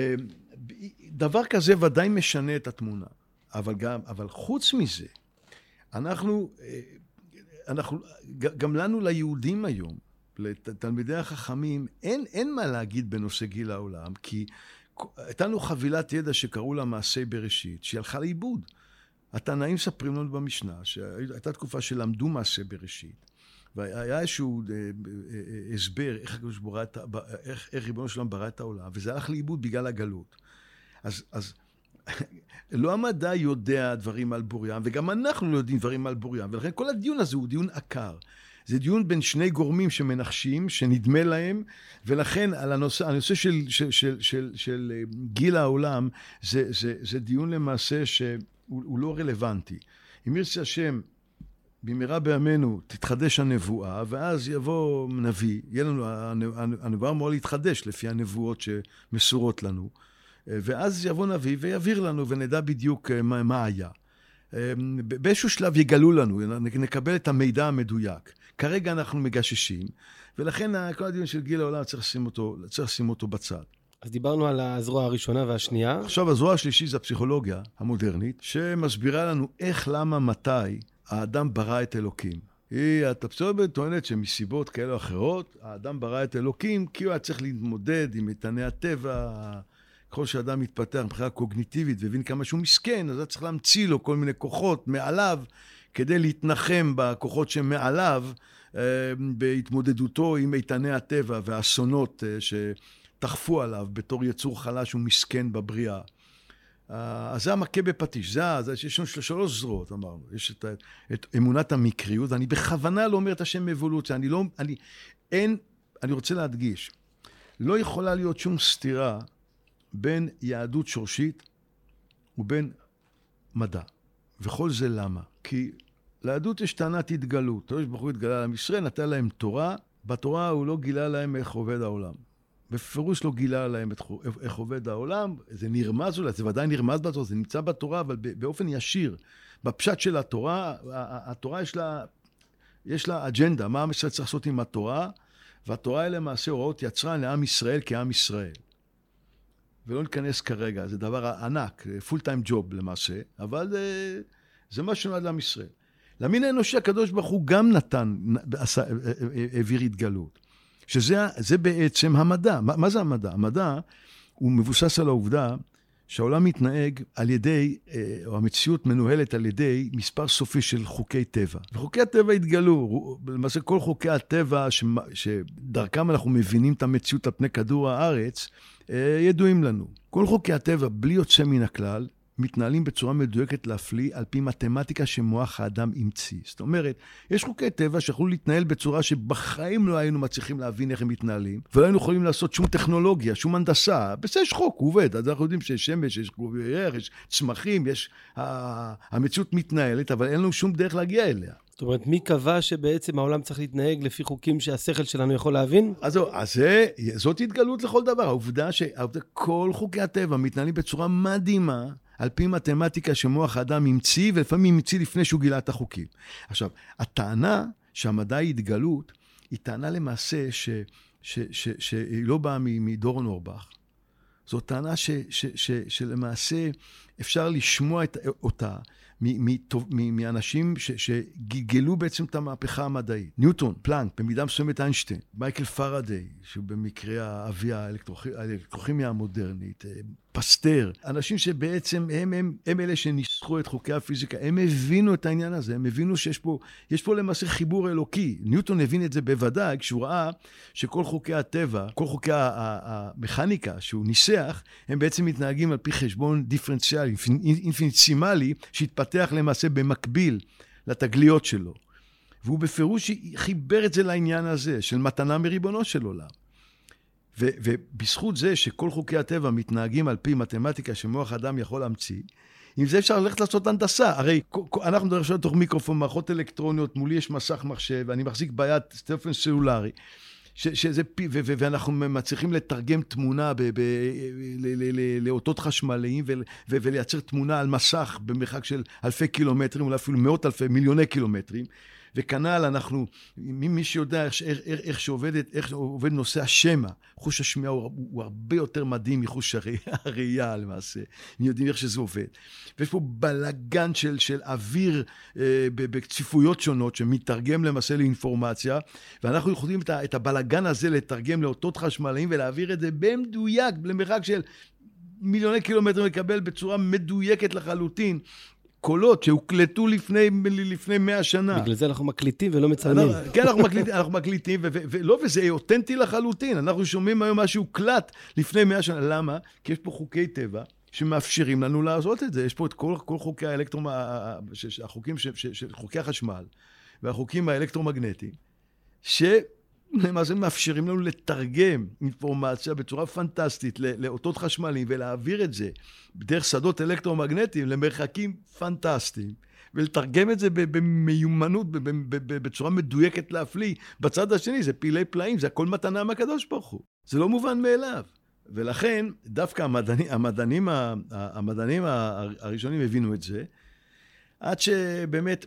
ודבר כזה ודאי משנה את התמונה. אבל גם, אבל חוץ מזה, אנחנו, אנחנו, גם לנו ליהודים היום, לתלמידי החכמים, אין, אין מה להגיד בנושא גיל העולם, כי הייתה לנו חבילת ידע שקראו לה מעשי בראשית, שהיא הלכה לאיבוד. התנאים ספרים לנו במשנה, שהייתה תקופה שלמדו מעשי בראשית, והיה איזשהו הסבר איך, איך, איך ריבונו שלום ברא את העולם, וזה הלך לאיבוד בגלל הגלות. אז, אז לא המדע יודע דברים על בוריים, וגם אנחנו לא יודעים דברים על בוריים, ולכן כל הדיון הזה הוא דיון עקר. זה דיון בין שני גורמים שמנחשים, שנדמה להם, ולכן על הנושא, הנושא של, של, של, של, של גיל העולם, זה, זה, זה דיון למעשה שהוא לא רלוונטי. אם ירצה השם, במהרה בימינו תתחדש הנבואה, ואז יבוא נביא, יהיה לנו, הנבואה אמורה להתחדש לפי הנבואות שמסורות לנו, ואז יבוא נביא ויעביר לנו ונדע בדיוק מה, מה היה. באיזשהו שלב יגלו לנו, נקבל את המידע המדויק. כרגע אנחנו מגששים, ולכן כל הדיון של גיל העולם צריך לשים אותו, צריך לשים אותו בצד. אז דיברנו על הזרוע הראשונה והשנייה. עכשיו הזרוע השלישית זה הפסיכולוגיה המודרנית, שמסבירה לנו איך, למה, מתי האדם ברא את אלוקים. היא, הפסיכולוגיה טוענת שמסיבות כאלה או אחרות, האדם ברא את אלוקים, כי הוא היה צריך להתמודד עם איתני הטבע, ככל שאדם מתפתח מבחינה קוגניטיבית והבין כמה שהוא מסכן, אז הוא צריך להמציא לו כל מיני כוחות מעליו, כדי להתנחם בכוחות שמעליו, בהתמודדותו עם איתני הטבע והאסונות שתחפו עליו בתור יצור חלש ומסכן בבריאה. אז זה המכה בפטיש, זה, זה, יש לנו שלוש זרועות, אמרנו. יש את, את אמונת המקריות, ואני בכוונה לא אומר את השם אבולוציה, אני לא, אני, אין, אני רוצה להדגיש, לא יכולה להיות שום סתירה בין יהדות שורשית ובין מדע. וכל זה למה? כי ליהדות יש טענת התגלות. הקדוש ברוך הוא התגלה לעם ישראל, נתן להם תורה, בתורה הוא לא גילה להם איך עובד העולם. בפירוש לא גילה להם איך עובד העולם, זה נרמז אולי, זה ודאי נרמז בתורה, זה נמצא בתורה, אבל באופן ישיר. בפשט של התורה, התורה יש לה, יש לה אג'נדה, מה המשרד צריך לעשות עם התורה, והתורה היא למעשה הוראות יצרן לעם ישראל כעם ישראל. ולא ניכנס כרגע, זה דבר ענק, פול טיים ג'וב למעשה, אבל זה, זה מה שנועד לעם ישראל. למין האנושי הקדוש ברוך הוא גם נתן, העביר התגלות. שזה זה בעצם המדע. מה, מה זה המדע? המדע הוא מבוסס על העובדה שהעולם מתנהג על ידי, או המציאות מנוהלת על ידי מספר סופי של חוקי טבע. וחוקי הטבע התגלו, למעשה כל חוקי הטבע שדרכם אנחנו מבינים את המציאות על פני כדור הארץ, ידועים לנו. כל חוקי הטבע, בלי יוצא מן הכלל, מתנהלים בצורה מדויקת להפליא על פי מתמטיקה שמוח האדם המציא. זאת אומרת, יש חוקי טבע שיכולו להתנהל בצורה שבחיים לא היינו מצליחים להבין איך הם מתנהלים, ולא היינו יכולים לעשות שום טכנולוגיה, שום הנדסה. בסדר, יש חוק, הוא עובד. אז אנחנו יודעים שיש שמש, יש ירח, יש צמחים, יש... המציאות מתנהלת, אבל אין לנו שום דרך להגיע אליה. זאת אומרת, מי קבע שבעצם העולם צריך להתנהג לפי חוקים שהשכל שלנו יכול להבין? אז, אז זה, זאת התגלות לכל דבר. העובדה שכל חוקי הטבע מתנהלים בצורה מדהימה, על פי מתמטיקה שמוח האדם המציא, ולפעמים המציא לפני שהוא גילה את החוקים. עכשיו, הטענה שהמדע היא התגלות, היא טענה למעשה ש, ש, ש, שהיא לא באה מדורון אורבך. זו טענה ש, ש, ש, שלמעשה אפשר לשמוע את, אותה מאנשים שגיגלו בעצם את המהפכה המדעית. ניוטון, פלנק, במידה מסוימת איינשטיין, מייקל פרדיי, שהוא במקרה האבי האלקטרוכימיה המודרנית, פסטר, אנשים שבעצם הם, הם, הם אלה שניסחו את חוקי הפיזיקה, הם הבינו את העניין הזה, הם הבינו שיש פה, יש פה למעשה חיבור אלוקי. ניוטון הבין את זה בוודאי, כשהוא ראה שכל חוקי הטבע, כל חוקי המכניקה שהוא ניסח, הם בעצם מתנהגים על פי חשבון דיפרנציאלי, אינפיניטסימלי, שהתפתח למעשה במקביל לתגליות שלו. והוא בפירוש חיבר את זה לעניין הזה, של מתנה מריבונו של עולם. ו- ובזכות זה שכל חוקי הטבע מתנהגים על פי מתמטיקה שמוח אדם יכול להמציא, עם זה אפשר ללכת לעשות הנדסה. הרי אנחנו מדברים עכשיו תוך מיקרופון, מערכות אלקטרוניות, מולי יש מסך מחשב, ואני מחזיק ביד טלפון סלולרי, ש- שזה פי, ו- ו- ואנחנו מצליחים לתרגם תמונה ב- ב- ל- ל- ל- לאותות חשמליים, ו- ו- ולייצר תמונה על מסך במרחק של אלפי קילומטרים, אולי אפילו מאות אלפי, מיליוני קילומטרים, וכנ"ל אנחנו, מי שיודע איך, איך, איך שעובדת, איך עובד נושא השמע, חוש השמיעה הוא, הוא הרבה יותר מדהים מחוש הראייה למעשה, הם יודעים איך שזה עובד. ויש פה בלגן של, של אוויר אה, בצפיפויות שונות, שמתרגם למעשה לאינפורמציה, ואנחנו יכולים את, את הבלגן הזה לתרגם לאותות חשמליים, ולהעביר את זה במדויק, למרחק של מיליוני קילומטרים, לקבל בצורה מדויקת לחלוטין, קולות שהוקלטו לפני, לפני מאה שנה. בגלל זה אנחנו מקליטים ולא מצלמים. כן, אנחנו מקליטים, אנחנו מקליטים, ולא, וזה אותנטי לחלוטין. אנחנו שומעים היום מה שהוקלט לפני מאה שנה. למה? כי יש פה חוקי טבע שמאפשרים לנו לעשות את זה. יש פה את כל, כל חוקי האלקטרומ... החוקים של חוקי החשמל, והחוקים האלקטרומגנטיים, ש... למעשה מאפשרים לנו לתרגם אינפורמציה בצורה פנטסטית לאותות חשמליים, ולהעביר את זה בדרך שדות אלקטרומגנטיים למרחקים פנטסטיים, ולתרגם את זה במיומנות, בצורה מדויקת להפליא. בצד השני זה פילי פלאים, זה הכל מתנה מהקדוש ברוך הוא. זה לא מובן מאליו. ולכן דווקא המדענים, המדענים, המדענים הראשונים הבינו את זה, עד שבאמת...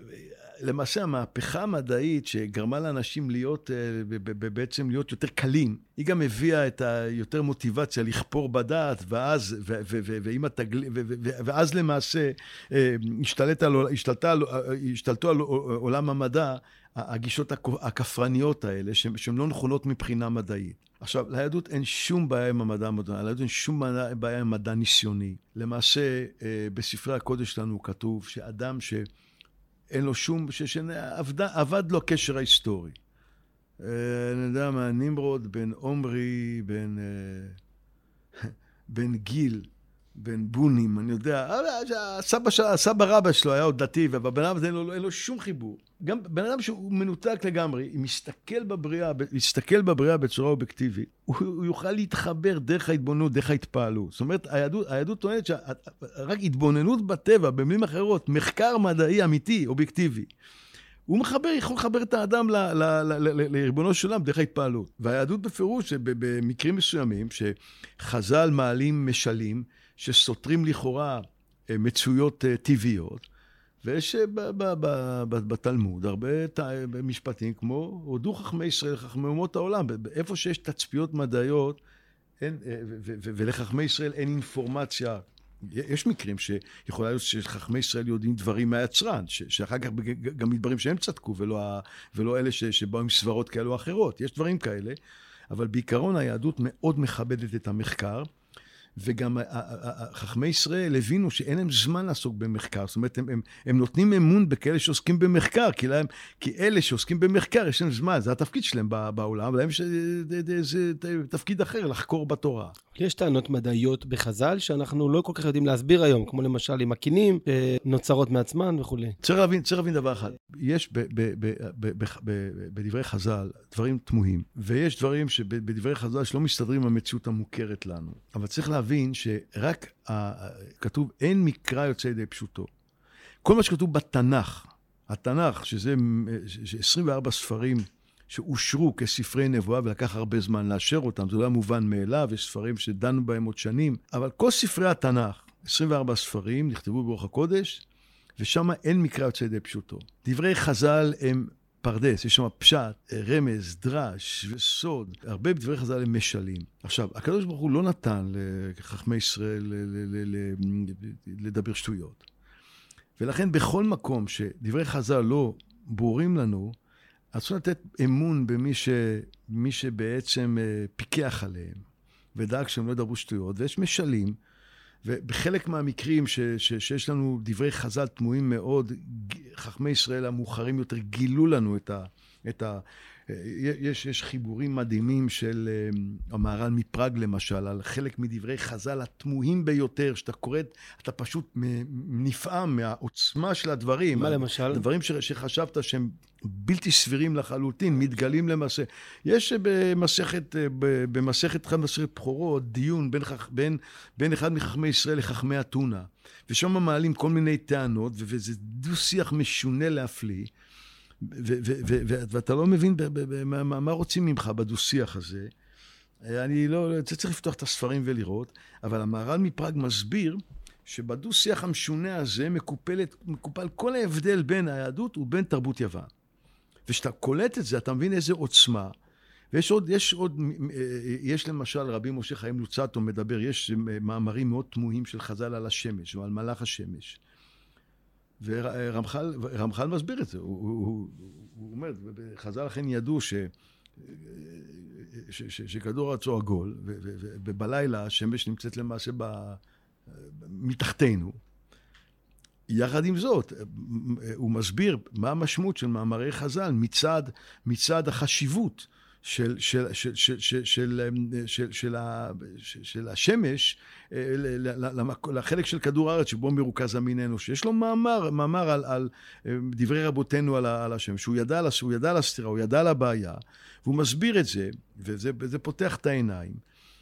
למעשה המהפכה המדעית שגרמה לאנשים להיות, בעצם להיות יותר קלים, היא גם הביאה את היותר מוטיבציה לכפור בדעת, ואז, ו, ו, ו, ועם התגל... ו, ו, ואז למעשה השתלט על, השתלטה, השתלטו על עולם המדע, הגישות הכפרניות האלה, שהן לא נכונות מבחינה מדעית. עכשיו, ליהדות אין שום בעיה עם המדע המודרני, ליהדות אין שום בעיה עם מדע ניסיוני. למעשה, בספרי הקודש שלנו כתוב שאדם ש... אין לו שום, שעבד לו הקשר ההיסטורי. אני יודע מה, נמרוד, בן עומרי, בן, בן גיל, בן בונים, אני יודע, הסבא, הסבא רבא שלו היה עוד דתי, ובבן אדם הזה אין לו, אין לו שום חיבור. גם בן אדם שהוא מנותק לגמרי, אם מסתכל בבריאה, מסתכל בבריאה בצורה אובייקטיבית, הוא, הוא יוכל להתחבר דרך ההתבוננות, דרך ההתפעלות. זאת אומרת, היהדות, היהדות טוענת שרק התבוננות בטבע, במילים אחרות, מחקר מדעי אמיתי, אובייקטיבי, הוא מחבר, יכול לחבר את האדם לריבונו של עולם דרך ההתפעלות. והיהדות בפירוש, במקרים מסוימים, שחז"ל מעלים משלים, שסותרים לכאורה מצויות טבעיות, ויש בתלמוד הרבה משפטים כמו הודו חכמי ישראל, חכמי אומות העולם, איפה שיש תצפיות מדעיות, ולחכמי ישראל אין אינפורמציה. יש מקרים שיכולה להיות שחכמי ישראל יודעים דברים מהיצרן, שאחר כך גם מתבררים שהם צדקו, ולא אלה שבאו עם סברות כאלו או אחרות. יש דברים כאלה, אבל בעיקרון היהדות מאוד מכבדת את המחקר, וגם חכמי ישראל הבינו שאין להם זמן לעסוק במחקר, זאת אומרת, הם, הם, הם נותנים אמון בכאלה שעוסקים במחקר, כי, להם, כי אלה שעוסקים במחקר יש להם זמן, זה התפקיד שלהם בעולם, ולהם יש זה תפקיד אחר, לחקור בתורה. יש טענות מדעיות בחז"ל שאנחנו לא כל כך יודעים להסביר היום, כמו למשל עם הקינים, נוצרות מעצמן וכו'. צריך להבין, צריך להבין דבר אחד, יש ב, ב, ב, ב, ב, ב, בדברי חז"ל דברים תמוהים, ויש דברים שבדברי חז"ל שלא מסתדרים עם המציאות המוכרת לנו, אבל צריך להבין שרק כתוב אין מקרא יוצא ידי פשוטו. כל מה שכתוב בתנ"ך, התנ"ך, שזה עשרים וארבעה ספרים שאושרו כספרי נבואה ולקח הרבה זמן לאשר אותם, זה לא היה מובן מאליו, יש ספרים שדנו בהם עוד שנים, אבל כל ספרי התנ"ך, עשרים וארבעה ספרים, נכתבו ברוח הקודש, ושם אין מקרא יוצא ידי פשוטו. דברי חז"ל הם פרדס, יש שם פשט, רמז, דרש וסוד, הרבה דברי חז"ל הם משלים. עכשיו, הקדוש ברוך הוא לא נתן לחכמי ישראל לדבר שטויות. ולכן בכל מקום שדברי חז"ל לא ברורים לנו, רצו לתת אמון במי ש... מי שבעצם פיקח עליהם, ודאג שהם לא ידברו שטויות, ויש משלים, ובחלק מהמקרים ש... ש... שיש לנו דברי חז"ל תמוהים מאוד, חכמי ישראל המאוחרים יותר גילו לנו את ה... את ה... יש, יש חיבורים מדהימים של המהר"ל מפראג למשל, על חלק מדברי חז"ל התמוהים ביותר, שאתה קורא, אתה פשוט נפעם מהעוצמה של הדברים. מה למשל? דברים ש, שחשבת שהם בלתי סבירים לחלוטין, מתגלים למעשה. יש במסכת, במסכת אחד מסכת בכורות, דיון בין, בין, בין אחד מחכמי ישראל לחכמי אתונה, ושם מעלים כל מיני טענות, וזה דו שיח משונה להפליא, ואתה לא מבין מה רוצים ממך בדו-שיח הזה. אני לא, צריך לפתוח את הספרים ולראות, אבל המהר"ל מפראג מסביר שבדו-שיח המשונה הזה מקופל כל ההבדל בין היהדות ובין תרבות יוון. ושאתה קולט את זה, אתה מבין איזה עוצמה. ויש עוד, יש עוד, יש למשל רבי משה חיים לוצאטו מדבר, יש מאמרים מאוד תמוהים של חז"ל על השמש ועל מלאך השמש. ורמח"ל, רמח"ל מסביר את זה, הוא, הוא, הוא אומר, חז"ל לכן ידעו ש, ש, ש, שכדור הארץ הוא עגול, ובלילה השמש נמצאת למעשה ב, מתחתנו. יחד עם זאת, הוא מסביר מה המשמעות של מאמרי חז"ל מצד, מצד החשיבות של, של, של, של, של, של, של, של, של השמש לחלק של כדור הארץ שבו מרוכז המין האנושי. יש לו מאמר, מאמר על, על דברי רבותינו על, על השמש. הוא ידע, הוא ידע על הסתירה, הוא ידע על הבעיה, והוא מסביר את זה, וזה, וזה פותח את העיניים.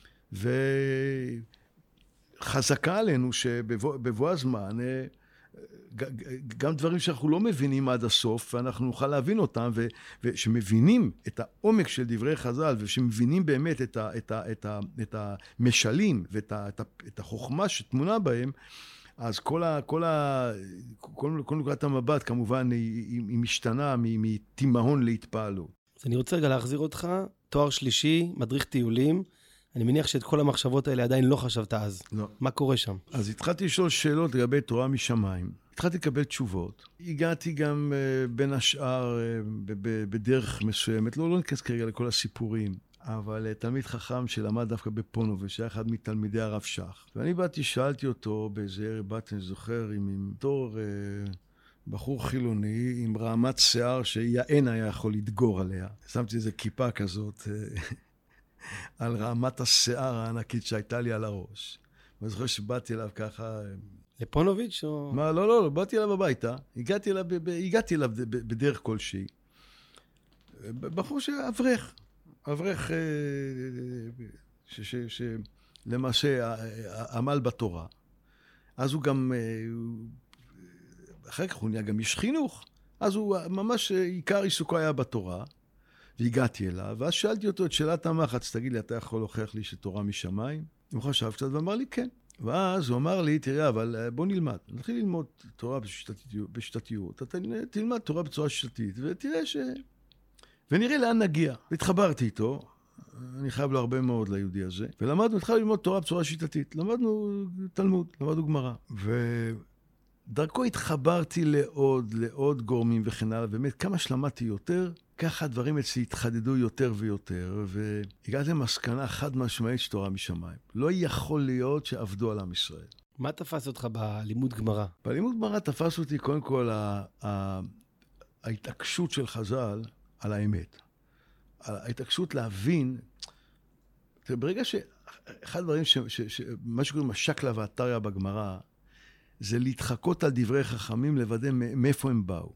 וחזקה עלינו שבבוא הזמן, גם דברים שאנחנו לא מבינים עד הסוף, ואנחנו נוכל להבין אותם, ושמבינים את העומק של דברי חז"ל, ושמבינים באמת את, ה, את, ה, את, ה, את המשלים, ואת ה, את, ה, את החוכמה שתמונה בהם, אז כל, ה, כל, ה, כל, כל נקודת המבט כמובן היא, היא משתנה מתימהון להתפעלות. אז אני רוצה רגע להחזיר אותך, תואר שלישי, מדריך טיולים, אני מניח שאת כל המחשבות האלה עדיין לא חשבת אז. לא. מה קורה שם? אז התחלתי לשאול שאלות לגבי תורה משמיים. התחלתי לקבל תשובות. הגעתי גם uh, בין השאר uh, בדרך מסוימת. לא, לא נכנס כרגע לכל הסיפורים, אבל uh, תלמיד חכם שלמד דווקא בפונוביץ', שהיה אחד מתלמידי הרב שך. ואני באתי, שאלתי אותו באיזה ערב בת, אני זוכר, עם, עם תור uh, בחור חילוני, עם רעמת שיער שיען היה יכול לדגור עליה. שמתי איזה כיפה כזאת, uh, על רעמת השיער הענקית שהייתה לי על הראש. ואני זוכר שבאתי אליו ככה... לפונוביץ' או... מה, לא, לא, לא, באתי אליו הביתה, הגעתי אליו, ב, הגעתי אליו בדרך כלשהי. בחור שאברך, אברך שלמעשה עמל בתורה. אז הוא גם, אחר כך הוא נהיה גם איש חינוך, אז הוא ממש עיקר עיסוקו היה בתורה, והגעתי אליו, ואז שאלתי אותו את שאלת המחץ, תגיד לי, אתה יכול להוכיח לי שתורה משמיים? הוא חשב קצת ואמר לי, כן. ואז הוא אמר לי, תראה, אבל בוא נלמד. נתחיל ללמוד תורה בשיטתיות, בשיטתיות. אתה תלמד תורה בצורה שיטתית, ותראה ש... ונראה לאן נגיע. והתחברתי איתו, אני חייב לו הרבה מאוד ליהודי הזה, ולמדנו, התחלנו ללמוד תורה בצורה שיטתית. למדנו תלמוד, למדנו גמרא. ודרכו התחברתי לעוד, לעוד גורמים וכן הלאה, באמת כמה שלמדתי יותר, ככה הדברים אצלי התחדדו יותר ויותר, והגעתי למסקנה חד משמעית שתורה משמיים. לא יכול להיות שעבדו על עם ישראל. מה תפס אותך בלימוד גמרא? בלימוד גמרא תפס אותי קודם כל ההתעקשות של חז"ל על האמת. ההתעקשות להבין, ברגע שאחד הדברים, מה שקוראים השקלא והטריא בגמרא, זה להתחקות על דברי חכמים, לוודא מאיפה הם באו.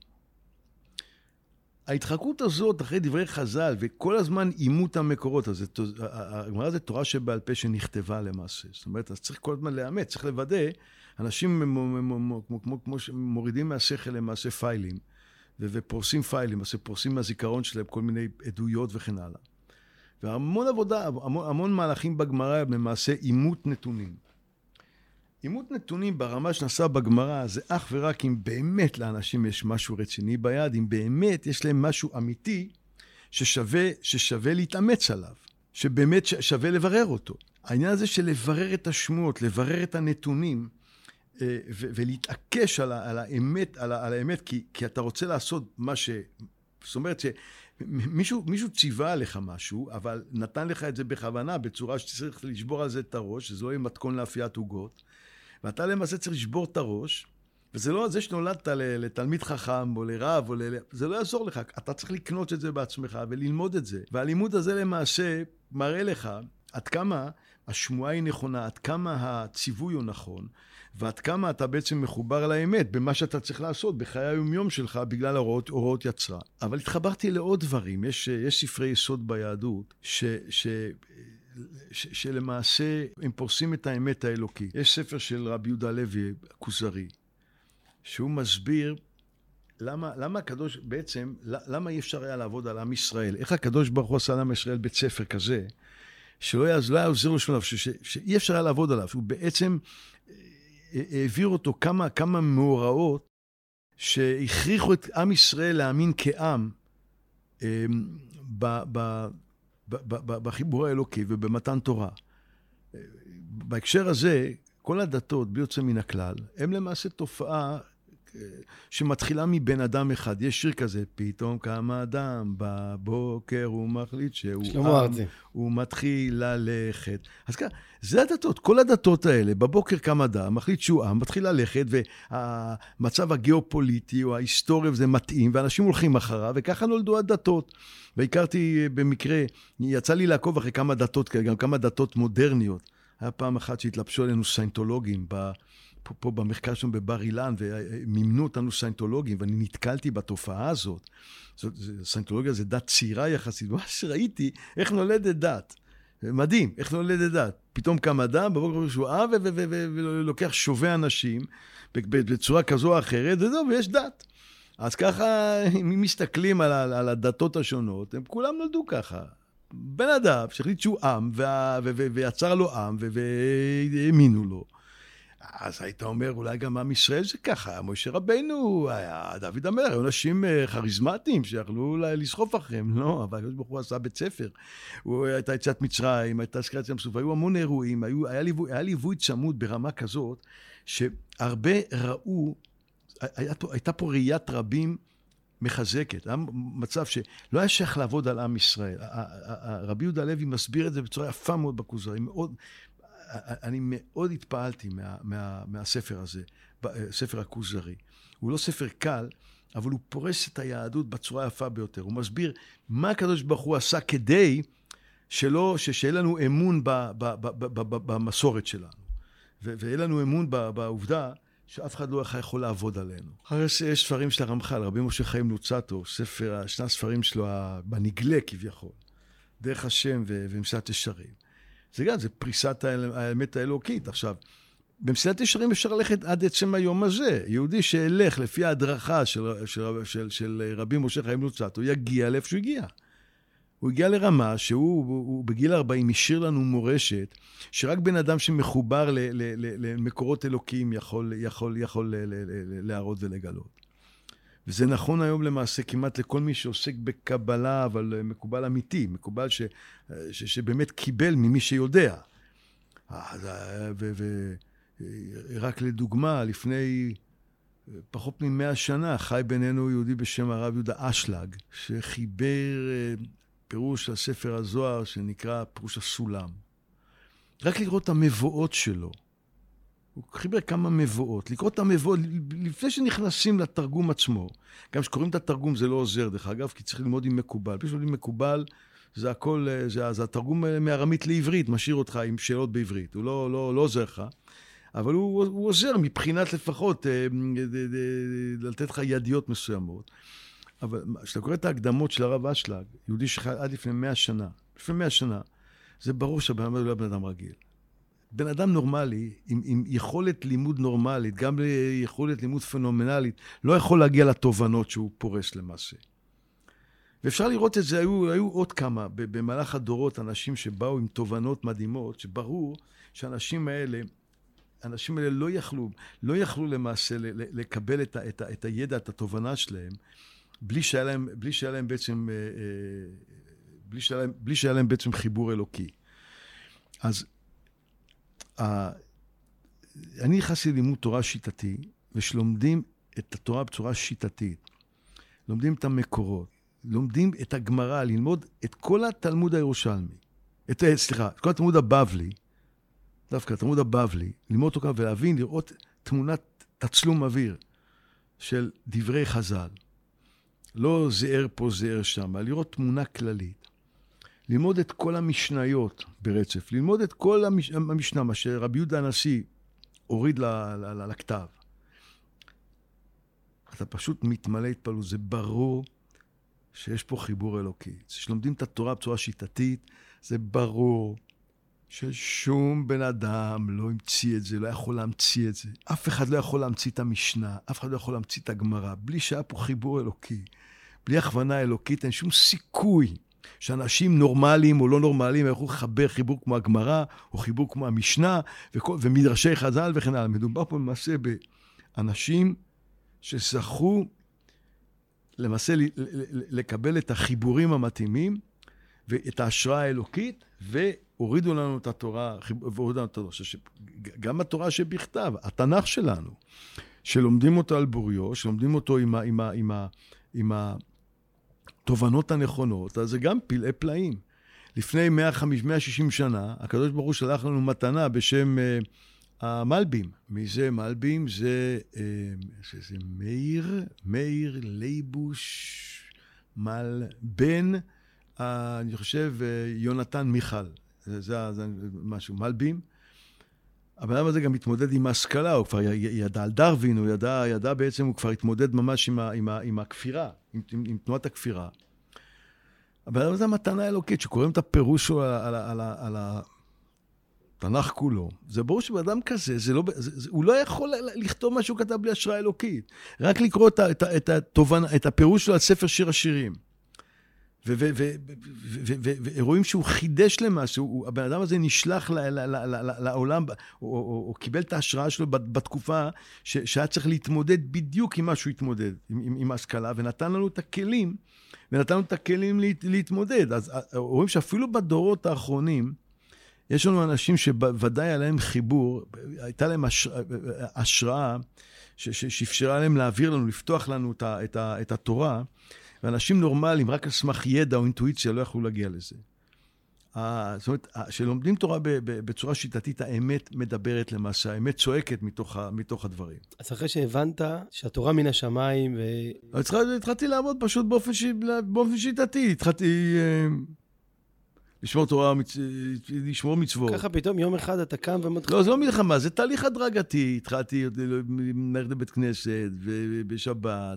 ההתחקות הזאת אחרי דברי חז"ל, וכל הזמן אימות המקורות, אז הגמרא זה תורה שבעל פה שנכתבה למעשה. זאת אומרת, אז צריך כל הזמן לאמת, צריך לוודא, אנשים כמו מורידים מהשכל למעשה פיילים, ופורסים פיילים, אז פורסים מהזיכרון שלהם כל מיני עדויות וכן הלאה. והמון עבודה, המון, המון מהלכים בגמרא למעשה אימות נתונים. אימות נתונים ברמה שנעשה בגמרא, זה אך ורק אם באמת לאנשים יש משהו רציני ביד, אם באמת יש להם משהו אמיתי ששווה, ששווה להתאמץ עליו, שבאמת שווה לברר אותו. העניין הזה של לברר את השמועות, לברר את הנתונים, ו- ולהתעקש על, ה- על האמת, על, ה- על האמת, כי, כי אתה רוצה לעשות מה ש... זאת אומרת שמישהו מישהו ציווה עליך משהו, אבל נתן לך את זה בכוונה, בצורה שצריך לשבור על זה את הראש, שזה לא יהיה מתכון לאפיית עוגות, ואתה למעשה צריך לשבור את הראש, וזה לא זה שנולדת לתלמיד חכם או לרב, או ל... זה לא יעזור לך, אתה צריך לקנות את זה בעצמך וללמוד את זה. והלימוד הזה למעשה מראה לך עד כמה השמועה היא נכונה, עד כמה הציווי הוא נכון, ועד כמה אתה בעצם מחובר לאמת במה שאתה צריך לעשות בחיי היומיום שלך בגלל הוראות, הוראות יצרה. אבל התחברתי לעוד דברים. יש, יש ספרי יסוד ביהדות ש... ש... ש, שלמעשה הם פורסים את האמת האלוקית. יש ספר של רבי יהודה הלוי הכוזרי, שהוא מסביר למה, למה הקדוש בעצם, למה אי אפשר היה לעבוד על עם ישראל. איך הקדוש ברוך הוא עשה לעם ישראל בית ספר כזה, שלא היה, לא היה עוזר לו שום דבר, שאי אפשר היה לעבוד עליו. הוא בעצם העביר אותו כמה, כמה מאורעות שהכריחו את עם ישראל להאמין כעם ב... ב בחיבור האלוקי ובמתן תורה. בהקשר הזה, כל הדתות, בלי יוצא מן הכלל, הם למעשה תופעה שמתחילה מבן אדם אחד. יש שיר כזה, פתאום קם אדם, בבוקר הוא מחליט שהוא עם, הוא מתחיל ללכת. אז ככה, זה הדתות, כל הדתות האלה, בבוקר קם אדם, מחליט שהוא עם, מתחיל ללכת, והמצב הגיאופוליטי או ההיסטורי זה מתאים, ואנשים הולכים אחריו, וככה נולדו הדתות. והכרתי במקרה, יצא לי לעקוב אחרי כמה דתות, גם כמה דתות מודרניות. היה פעם אחת שהתלבשו עלינו סיינטולוגים, ב... פה, פה במחקר שלנו בבר אילן, ומימנו אותנו סיינטולוגים, ואני נתקלתי בתופעה הזאת. זאת, סיינטולוגיה זה דת צעירה יחסית, מה שראיתי, איך נולדת דת. מדהים, איך נולדת דת. פתאום קם אדם, בבוקר שהוא אה, ולוקח שובה אנשים, בצורה כזו או אחרת, וזהו, ויש דת. אז ככה, אם מסתכלים על, על הדתות השונות, הם כולם נולדו ככה. בן אדם שהחליט שהוא עם, ויצר לו עם, והאמינו לו. אז היית אומר, אולי גם עם ישראל זה ככה, משה רבינו, היה דוד המלך, היו אנשים כריזמטיים שיכלו לסחוף אחריהם, לא, אבל הקדוש ברוך הוא עשה בית ספר, הוא הייתה יציאת מצרים, הייתה סקרת ים סוף, היו המון אירועים, היו, היה, ליווי, היה ליווי צמוד ברמה כזאת, שהרבה ראו, היה, הייתה פה ראיית רבים מחזקת, היה מצב שלא היה שייך לעבוד על עם ישראל. רבי יהודה הלוי מסביר את זה בצורה יפה מאוד בכוזרי, מאוד, אני מאוד התפעלתי מה, מה, מהספר הזה, ספר הכוזרי. הוא לא ספר קל, אבל הוא פורס את היהדות בצורה יפה ביותר. הוא מסביר מה הקדוש ברוך הוא עשה כדי שלא, שיהיה לנו אמון ב, ב, ב, ב, ב, ב, במסורת שלנו. ויהיה לנו אמון ב, בעובדה שאף אחד לא יכול לעבוד עלינו. אחרי יש ספרים של הרמח"ל, רבי משה חיים לוצאטו, ספר, שני הספרים שלו בנגלה כביכול, דרך השם ומסילת ישרים. זה גם, זה פריסת האמת האלוקית. עכשיו, במסילת ישרים אפשר ללכת עד עצם היום הזה. יהודי שילך לפי ההדרכה של, של, של, של רבי משה חיים לוצאטו, יגיע לאיפה שהוא הגיע. הוא הגיע לרמה שהוא הוא, בגיל ארבעים השאיר לנו מורשת, שרק בן אדם שמחובר ל, ל, ל, למקורות אלוקיים יכול, יכול, יכול ל, ל, ל, להראות ולגלות. וזה נכון היום למעשה כמעט לכל מי שעוסק בקבלה, אבל מקובל אמיתי, מקובל ש, ש, שבאמת קיבל ממי שיודע. ורק לדוגמה, לפני פחות ממאה שנה, חי בינינו יהודי בשם הרב יהודה אשלג, שחיבר פירוש הספר הזוהר שנקרא פירוש הסולם. רק לראות את המבואות שלו. הוא חיבר כמה מבואות, לקרוא את המבואות, לפני שנכנסים לתרגום עצמו. גם שקוראים את התרגום זה לא עוזר, דרך אגב, כי צריך ללמוד עם מקובל. פשוט ללמוד עם מקובל, זה הכל, זה, זה התרגום מארמית לעברית, משאיר אותך עם שאלות בעברית. הוא לא, לא, לא עוזר לך, אבל הוא, הוא עוזר מבחינת לפחות, לתת לך ידיעות מסוימות. אבל כשאתה קורא את ההקדמות של הרב אשלג, יהודי שחי עד לפני מאה שנה, לפני מאה שנה, זה ברור שהבן אדם לא בן אדם רגיל. בן אדם נורמלי, עם, עם יכולת לימוד נורמלית, גם יכולת לימוד פנומנלית, לא יכול להגיע לתובנות שהוא פורס למעשה. ואפשר לראות את זה, היו, היו עוד כמה, במהלך הדורות, אנשים שבאו עם תובנות מדהימות, שברור שהאנשים האלה, האנשים האלה לא יכלו, לא יכלו למעשה לקבל את, ה, את, ה, את הידע, את התובנה שלהם, בלי שהיה להם, בלי שהיה להם בעצם, בלי שהיה להם, בלי שהיה להם בעצם חיבור אלוקי. אז אני נכנסתי ללימוד תורה שיטתי, ושלומדים את התורה בצורה שיטתית. לומדים את המקורות, לומדים את הגמרא, ללמוד את כל התלמוד הירושלמי. את, סליחה, את כל התלמוד הבבלי, דווקא התלמוד הבבלי, ללמוד אותו ולהבין, לראות תמונת תצלום אוויר של דברי חז"ל. לא זהר פה, זהר שם, לראות תמונה כללית. ללמוד את כל המשניות ברצף, ללמוד את כל המש... המשנה, מה שרבי יהודה הנשיא הוריד ל... ל... ל... לכתב. אתה פשוט מתמלא התפעלות, זה ברור שיש פה חיבור אלוקי. שלומדים את התורה בצורה שיטתית, זה ברור ששום בן אדם לא המציא את זה, לא יכול להמציא את זה. אף אחד לא יכול להמציא את המשנה, אף אחד לא יכול להמציא את הגמרא, בלי שהיה פה חיבור אלוקי, בלי הכוונה אלוקית, אין שום סיכוי שאנשים נורמליים או לא נורמליים יכולו לחבר חיבור כמו הגמרא, או חיבור כמו המשנה, וכל, ומדרשי חז"ל וכן הלאה. מדובר פה למעשה באנשים שזכו למעשה לקבל את החיבורים המתאימים, ואת ההשראה האלוקית, והורידו לנו את התורה, והורידו לנו את התורה, גם התורה שבכתב, התנ"ך שלנו, שלומדים אותו על בוריו, שלומדים אותו עם, ה, עם, ה, עם, ה, עם התובנות הנכונות, אז זה גם פלאי פלאים. לפני מאה וחמישים, מאה ושישים שנה, הקדוש ברוך הוא שלח לנו מתנה בשם uh, המלבים. מי זה מלבים? זה, uh, זה מאיר, מאיר לייבוש מל, בן, uh, אני חושב, uh, יונתן מיכל. זה, זה, זה משהו, מלבים. אבל למה זה גם מתמודד עם ההשכלה, הוא כבר ידע על דרווין, הוא ידע, ידע בעצם, הוא כבר התמודד ממש עם, ה, עם, ה, עם הכפירה, עם, עם, עם תנועת הכפירה. אבל למה זה המתנה האלוקית, שקוראים את הפירוש שלו על, על, על, על התנ"ך כולו. זה ברור שבאדם כזה, זה לא, זה, זה, הוא לא יכול לכתוב מה שהוא כתב בלי השראה אלוקית. רק לקרוא את, את, את, התובן, את הפירוש שלו על ספר שיר השירים. ורואים שהוא חידש למשהו, הבן אדם הזה נשלח לעולם, או קיבל את ההשראה שלו בתקופה שהיה צריך להתמודד בדיוק עם מה שהוא התמודד, עם ההשכלה, ונתן לנו את הכלים, ונתן לנו את הכלים להתמודד. אז רואים שאפילו בדורות האחרונים, יש לנו אנשים שוודאי היה להם חיבור, הייתה להם השראה, שאפשרה להם להעביר לנו, לפתוח לנו את התורה, ואנשים נורמליים, רק על סמך ידע או אינטואיציה, לא יכלו להגיע לזה. זאת אומרת, שלומדים תורה בצורה שיטתית, האמת מדברת למעשה, האמת צועקת מתוך, מתוך הדברים. אז אחרי שהבנת שהתורה מן השמיים ו... התחלתי לעבוד פשוט באופן, ש... באופן שיטתי, התחלתי לשמור תורה, לשמור מצוות. ככה פתאום יום אחד אתה קם ומתחיל... לא, זה לא מלחמה, זה תהליך הדרגתי. התחלתי ללכת לבית כנסת ובשבת,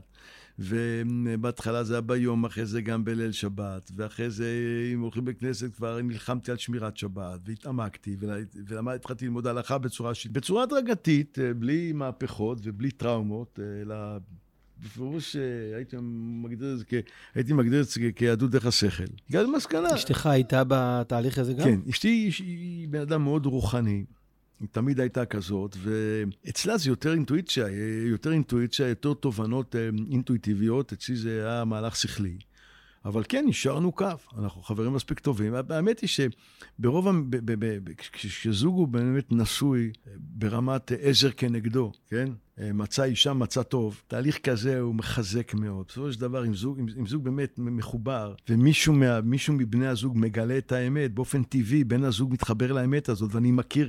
ובהתחלה זה היה ביום, אחרי זה גם בליל שבת, ואחרי זה, אם הולכים בכנסת, כבר נלחמתי על שמירת שבת, והתעמקתי, ולמה התחלתי ללמוד הלכה בצורה, בצורה הדרגתית, בלי מהפכות ובלי טראומות, אלא בפירוש הייתי מגדיר את זה, הייתי מגדיר את זה כיהדות דרך השכל. הגעתי למסקנה. אשתך הייתה בתהליך הזה גם? כן, אשתי היא בן אדם מאוד רוחני. היא תמיד הייתה כזאת, ואצלה זה יותר אינטואיציה, יותר אינטואיציה, יותר תובנות אינטואיטיביות, אצלי זה היה מהלך שכלי. אבל כן, נשארנו קו, אנחנו חברים מספיק טובים. האמת היא שברוב, כשזוג הוא באמת נשוי ברמת עזר כנגדו, כן? מצא אישה, מצא טוב, תהליך כזה הוא מחזק מאוד. בסופו של דבר, אם זוג, אם זוג באמת מחובר, ומישהו מה, מישהו מבני הזוג מגלה את האמת, באופן טבעי, בן הזוג מתחבר לאמת הזאת, ואני מכיר,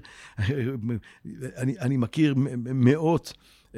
אני, אני מכיר מאות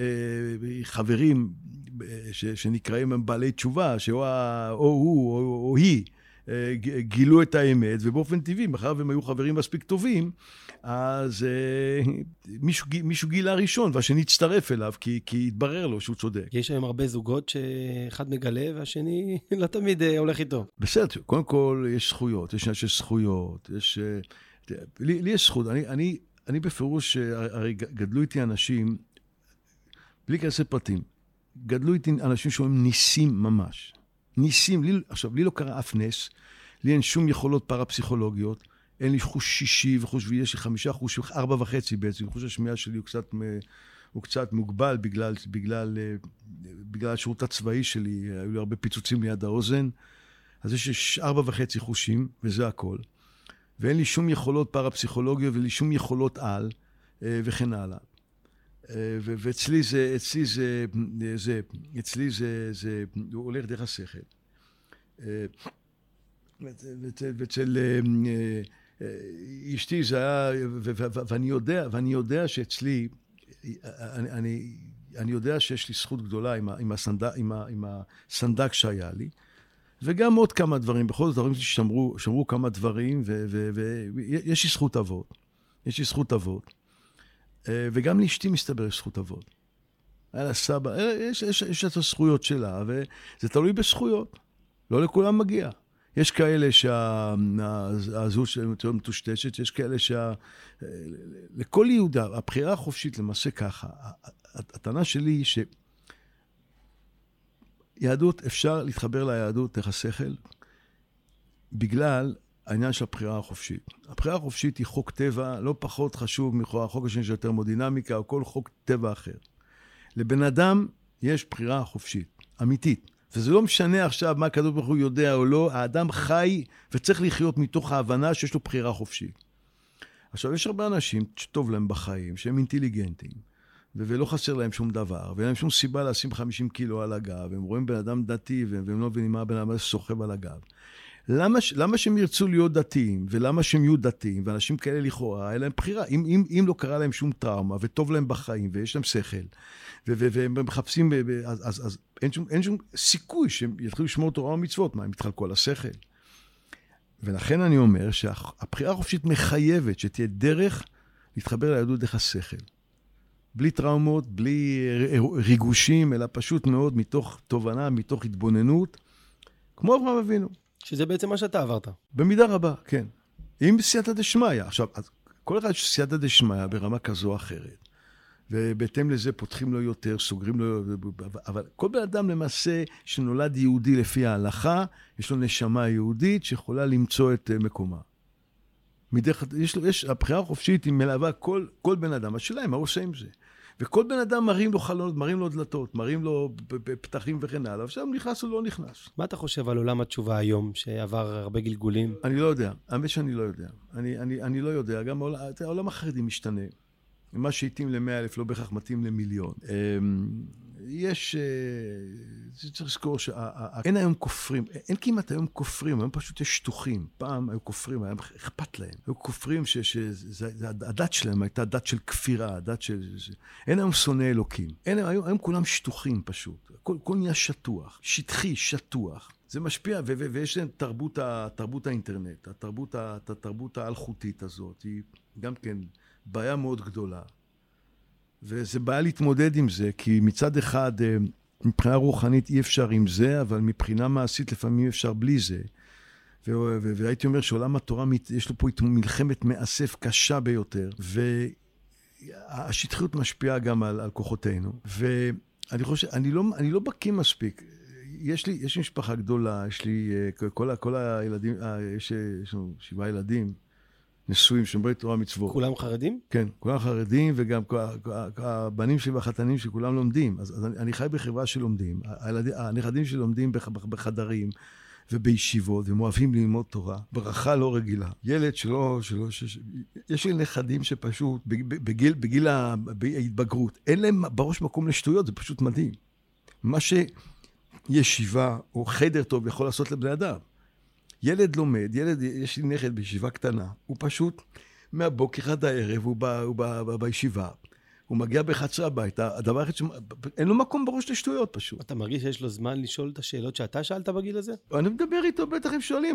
חברים שנקראים הם בעלי תשובה, שאו הוא או היא גילו את האמת, ובאופן טבעי, מאחר והם היו חברים מספיק טובים, אז מישהו, מישהו גילה ראשון, והשני הצטרף אליו, כי, כי התברר לו שהוא צודק. יש היום הרבה זוגות שאחד מגלה, והשני לא תמיד הולך איתו. בסדר, קודם כל יש זכויות, יש יש זכויות, יש... לי, לי יש זכות, אני, אני, אני בפירוש, הרי גדלו איתי אנשים, בלי כסף פרטים, גדלו איתי אנשים שאומרים ניסים ממש. ניסים, לי, עכשיו, לי לא קרה אף נס, לי אין שום יכולות פרפסיכולוגיות, אין לי חוש שישי וחוש שביעי, יש לי חמישה חוש, ארבע וחצי בעצם. חוש השמיעה שלי הוא קצת, הוא קצת מוגבל בגלל, בגלל, בגלל השירות הצבאי שלי, היו לי הרבה פיצוצים ליד האוזן, אז יש ארבע וחצי חושים, וזה הכל. ואין לי שום יכולות פרפסיכולוגיות, ואין לי שום יכולות על, וכן הלאה. ואצלי זה, אצלי זה, זה, אצלי זה, זה, הוא הולך דרך השכל. ואצל אשתי זה היה, ואני יודע, ואני יודע שאצלי, אני, אני, אני יודע שיש לי זכות גדולה עם, עם, הסנדק, עם, עם הסנדק שהיה לי, וגם עוד כמה דברים, בכל זאת דברים ששמרו, שמרו כמה דברים, ויש לי זכות אבות, יש לי זכות אבות, וגם לאשתי מסתבר יש זכות אבות. היה לה סבא, יש, יש, יש את הזכויות שלה, וזה תלוי בזכויות, לא לכולם מגיע. יש כאלה שהזהות שלהם יותר מטושטשת, יש כאלה שה... לכל יהודה, הבחירה החופשית למעשה ככה, הטענה שלי היא שיהדות, אפשר להתחבר ליהדות דרך השכל, בגלל העניין של הבחירה החופשית. הבחירה החופשית היא חוק טבע, לא פחות חשוב מהחוק השני של תרמודינמיקה, או כל חוק טבע אחר. לבן אדם יש בחירה חופשית, אמיתית. וזה לא משנה עכשיו מה הקדוש ברוך הוא יודע או לא, האדם חי וצריך לחיות מתוך ההבנה שיש לו בחירה חופשית. עכשיו, יש הרבה אנשים שטוב להם בחיים, שהם אינטליגנטים, ולא חסר להם שום דבר, ואין להם שום סיבה לשים חמישים קילו על הגב, הם רואים בן אדם דתי, והם לא מבינים מה בן אדם סוחב על הגב. למה, למה שהם ירצו להיות דתיים, ולמה שהם יהיו דתיים, ואנשים כאלה לכאורה, היה להם בחירה. אם, אם, אם לא קרה להם שום טראומה, וטוב להם בחיים, ויש להם שכל, ו- ו- והם מחפשים, אז, אז, אז אין, שום, אין שום סיכוי שהם יתחילו לשמור תורה ומצוות, מה, הם יתחלקו על השכל. ולכן אני אומר שהבחירה החופשית מחייבת שתהיה דרך להתחבר ליהדות דרך השכל. בלי טראומות, בלי ריגושים, אלא פשוט מאוד מתוך תובנה, מתוך התבוננות, כמו אברהם אבינו. שזה בעצם מה שאתה עברת. במידה רבה, כן. עם סייעתא דשמיא. עכשיו, כל אחד יש סייעתא דשמיא ברמה כזו או אחרת. ובהתאם לזה פותחים לו יותר, סוגרים לו, אבל כל בן אדם למעשה שנולד יהודי לפי ההלכה, יש לו נשמה יהודית שיכולה למצוא את מקומה. מדרך, יש לו, יש, הבחירה החופשית היא מלווה כל, כל בן אדם. השאלה היא מה הוא עושה עם זה. וכל בן אדם מראים לו חלונות, מראים לו דלתות, מראים לו פתחים וכן הלאה, עכשיו נכנס או לא נכנס. מה אתה חושב על עולם התשובה היום, שעבר הרבה גלגולים? אני לא יודע, האמת שאני לא יודע. אני, אני, אני לא יודע, גם העולם, העולם החרדי משתנה. מה שהתאים למאה אלף לא בהכרח מתאים למיליון. יש, צריך לזכור שאין היום כופרים, אין כמעט היום כופרים, היום פשוט יש שטוחים. פעם היו כופרים, היה אכפת להם. היו כופרים שהדת שלהם הייתה דת של כפירה, דת של... אין היום שונא אלוקים. אין היום, היום כולם שטוחים פשוט. הכל, הכל נהיה שטוח, שטחי, שטוח. זה משפיע, ו- ו- ויש להם תרבות, תרבות האינטרנט, התרבות, התרבות האלחוטית הזאת, היא גם כן בעיה מאוד גדולה. וזה בעיה להתמודד עם זה, כי מצד אחד, מבחינה רוחנית אי אפשר עם זה, אבל מבחינה מעשית לפעמים אפשר בלי זה. ו- ו- והייתי אומר שעולם התורה, יש לו פה מלחמת מאסף קשה ביותר, והשטחיות משפיעה גם על, על כוחותינו. ואני חושב, אני לא, אני לא בקיא מספיק. יש לי, יש לי משפחה גדולה, יש לי, כל, כל הילדים, יש, יש לנו שבעה ילדים, נשואים, שומרי תורה מצוות. כולם חרדים? כן, כולם חרדים, וגם הבנים שלי והחתנים שכולם לומדים. אז, אז אני, אני חי בחברה שלומדים. הילדים, הנכדים שלי לומדים בחדרים ובישיבות, והם אוהבים ללמוד תורה. ברכה לא רגילה. ילד שלא, שלא, ש... יש לי נכדים שפשוט, בגיל, בגיל ההתבגרות, אין להם בראש מקום לשטויות, זה פשוט מדהים. מה שישיבה או חדר טוב יכול לעשות לבני אדם. ילד לומד, ילד, יש לי נכד בישיבה קטנה, הוא פשוט מהבוקר עד הערב, הוא, בא, הוא בא, בא, בישיבה, הוא מגיע בחצר הביתה, הדבר אחד, אין לו מקום בראש לשטויות פשוט. אתה מרגיש שיש לו זמן לשאול את השאלות שאתה שאלת בגיל הזה? אני מדבר איתו, בטח הם שואלים.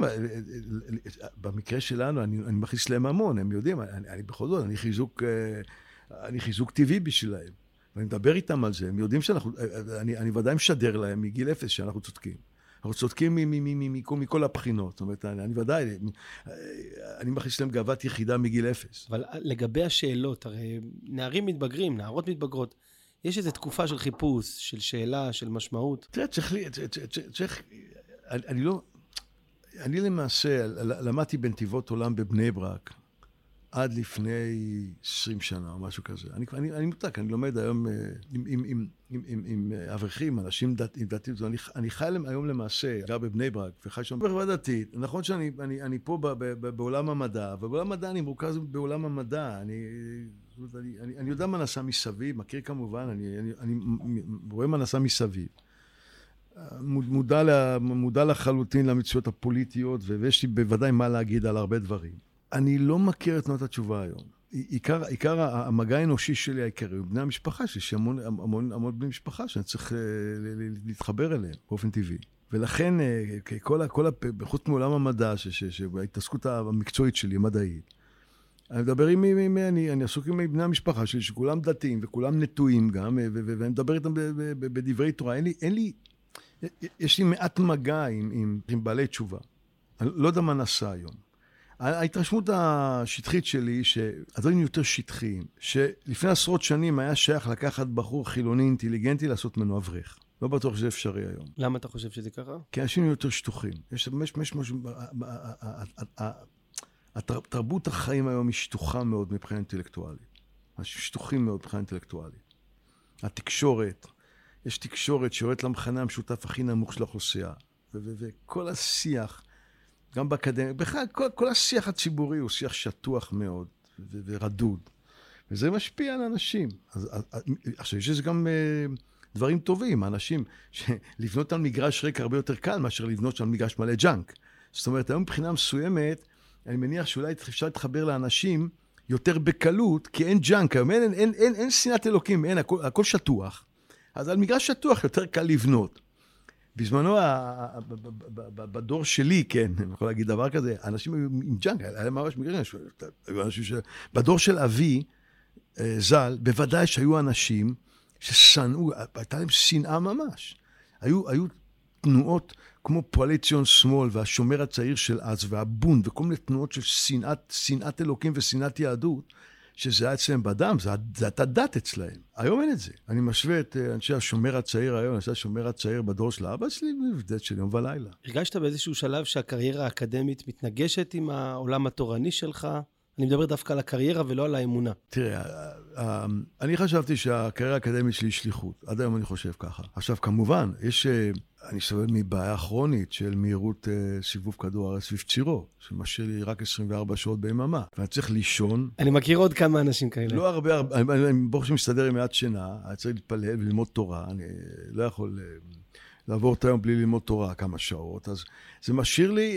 במקרה שלנו, אני, אני מכניס להם המון, הם יודעים, אני, אני בכל זאת, אני חיזוק, אני חיזוק טבעי בשבילהם. ואני מדבר איתם על זה, הם יודעים שאנחנו, אני, אני ודאי משדר להם מגיל אפס שאנחנו צודקים. אנחנו צודקים מכל הבחינות. זאת אומרת, אני ודאי, אני מכניס להם גאוות יחידה מגיל אפס. אבל לגבי השאלות, הרי נערים מתבגרים, נערות מתבגרות, יש איזו תקופה של חיפוש, של שאלה, של משמעות. תראה, צריך, צריך, אני לא, אני למעשה למדתי בנתיבות עולם בבני ברק, עד לפני עשרים שנה או משהו כזה. אני, אני, אני מותק, אני לומד היום עם, עם, עם, עם, עם, עם אברכים, אנשים דת, עם דתיים. אני, אני חי היום למעשה, גר בבני ברק, וחי שם בחברה דתית. נכון שאני אני, אני פה ב, ב, ב, בעולם המדע, ובעולם המדע אני מרוכז בעולם המדע. אני, אני, אני, אני יודע מה נעשה מסביב, מכיר כמובן, אני, אני, אני רואה מה נעשה מסביב. מודע, לה, מודע לחלוטין למציאות הפוליטיות, ויש לי בוודאי מה להגיד על הרבה דברים. אני לא מכיר את תנות התשובה היום. עיקר, עיקר המגע האנושי שלי העיקרי הוא בני המשפחה שלי, שהמון המון, המון בני משפחה שאני צריך להתחבר אליהם באופן טבעי. ולכן, כל, כל, חוץ מעולם המדע, שההתעסקות המקצועית שלי, המדעית, אני מדבר עם, עם אני, אני עסוק עם בני המשפחה שלי, שכולם דתיים וכולם נטועים גם, ואני מדבר איתם בדברי תורה. אין לי, אין לי, יש לי מעט מגע עם, עם, עם בעלי תשובה. אני לא יודע מה נעשה היום. ההתרשמות השטחית שלי, שהדברים יותר שטחיים, שלפני עשרות שנים היה שייך לקחת בחור חילוני אינטליגנטי לעשות ממנו אברך. לא בטוח שזה אפשרי היום. למה אתה חושב שזה ככה? כי אנשים יותר שטוחים. יש משהו, התרבות החיים היום היא שטוחה מאוד מבחינה אינטלקטואלית. שטוחים מאוד מבחינה אינטלקטואלית. התקשורת, יש תקשורת שיורדת למחנה המשותף הכי נמוך של האוכלוסייה, וכל השיח, גם באקדמיה, בכלל, כל, כל השיח הציבורי הוא שיח שטוח מאוד ו- ורדוד. וזה משפיע על אנשים. אז, אז, עכשיו, יש לזה גם uh, דברים טובים. האנשים, לבנות על מגרש ריק הרבה יותר קל מאשר לבנות על מגרש מלא ג'אנק. זאת אומרת, היום מבחינה מסוימת, אני מניח שאולי אפשר להתחבר לאנשים יותר בקלות, כי אין ג'אנק. היום אין, אין, אין, אין, אין שנאת אלוקים, אין, הכל, הכל שטוח. אז על מגרש שטוח יותר קל לבנות. בזמנו, בדור שלי, כן, אני יכול להגיד דבר כזה, אנשים היו עם ג'אנק, היה להם ממש מגרש, בדור של אבי, ז"ל, בוודאי שהיו אנשים ששנאו, הייתה להם שנאה ממש. היו, היו תנועות כמו פועלי ציון שמאל, והשומר הצעיר של אז, והבון, וכל מיני תנועות של שנאת, שנאת אלוקים ושנאת יהדות, שזה היה אצלם בדם, זה, זה הייתה דת אצלהם. היום אין את זה. אני משווה את אנשי השומר הצעיר היום, אנשי השומר הצעיר בדור של האבא שלי, מבדלת של יום ולילה. הרגשת באיזשהו שלב שהקריירה האקדמית מתנגשת עם העולם התורני שלך? אני מדבר דווקא על הקריירה ולא על האמונה. תראה, אני חשבתי שהקריירה האקדמית שלי היא שליחות. עד היום אני חושב ככה. עכשיו, כמובן, יש, אני סובל מבעיה כרונית של מהירות סיבוב כדור הארץ סביב צירו, שמשאיר לי רק עשרים וארבע שעות ביממה, ואני צריך לישון. אני מכיר עוד כמה אנשים כאלה. לא הרבה, הרבה, אני ברוך שמסתדר עם מעט שינה, אני צריך להתפלל וללמוד תורה, אני לא יכול לעבור את היום בלי ללמוד תורה כמה שעות, אז זה משאיר לי...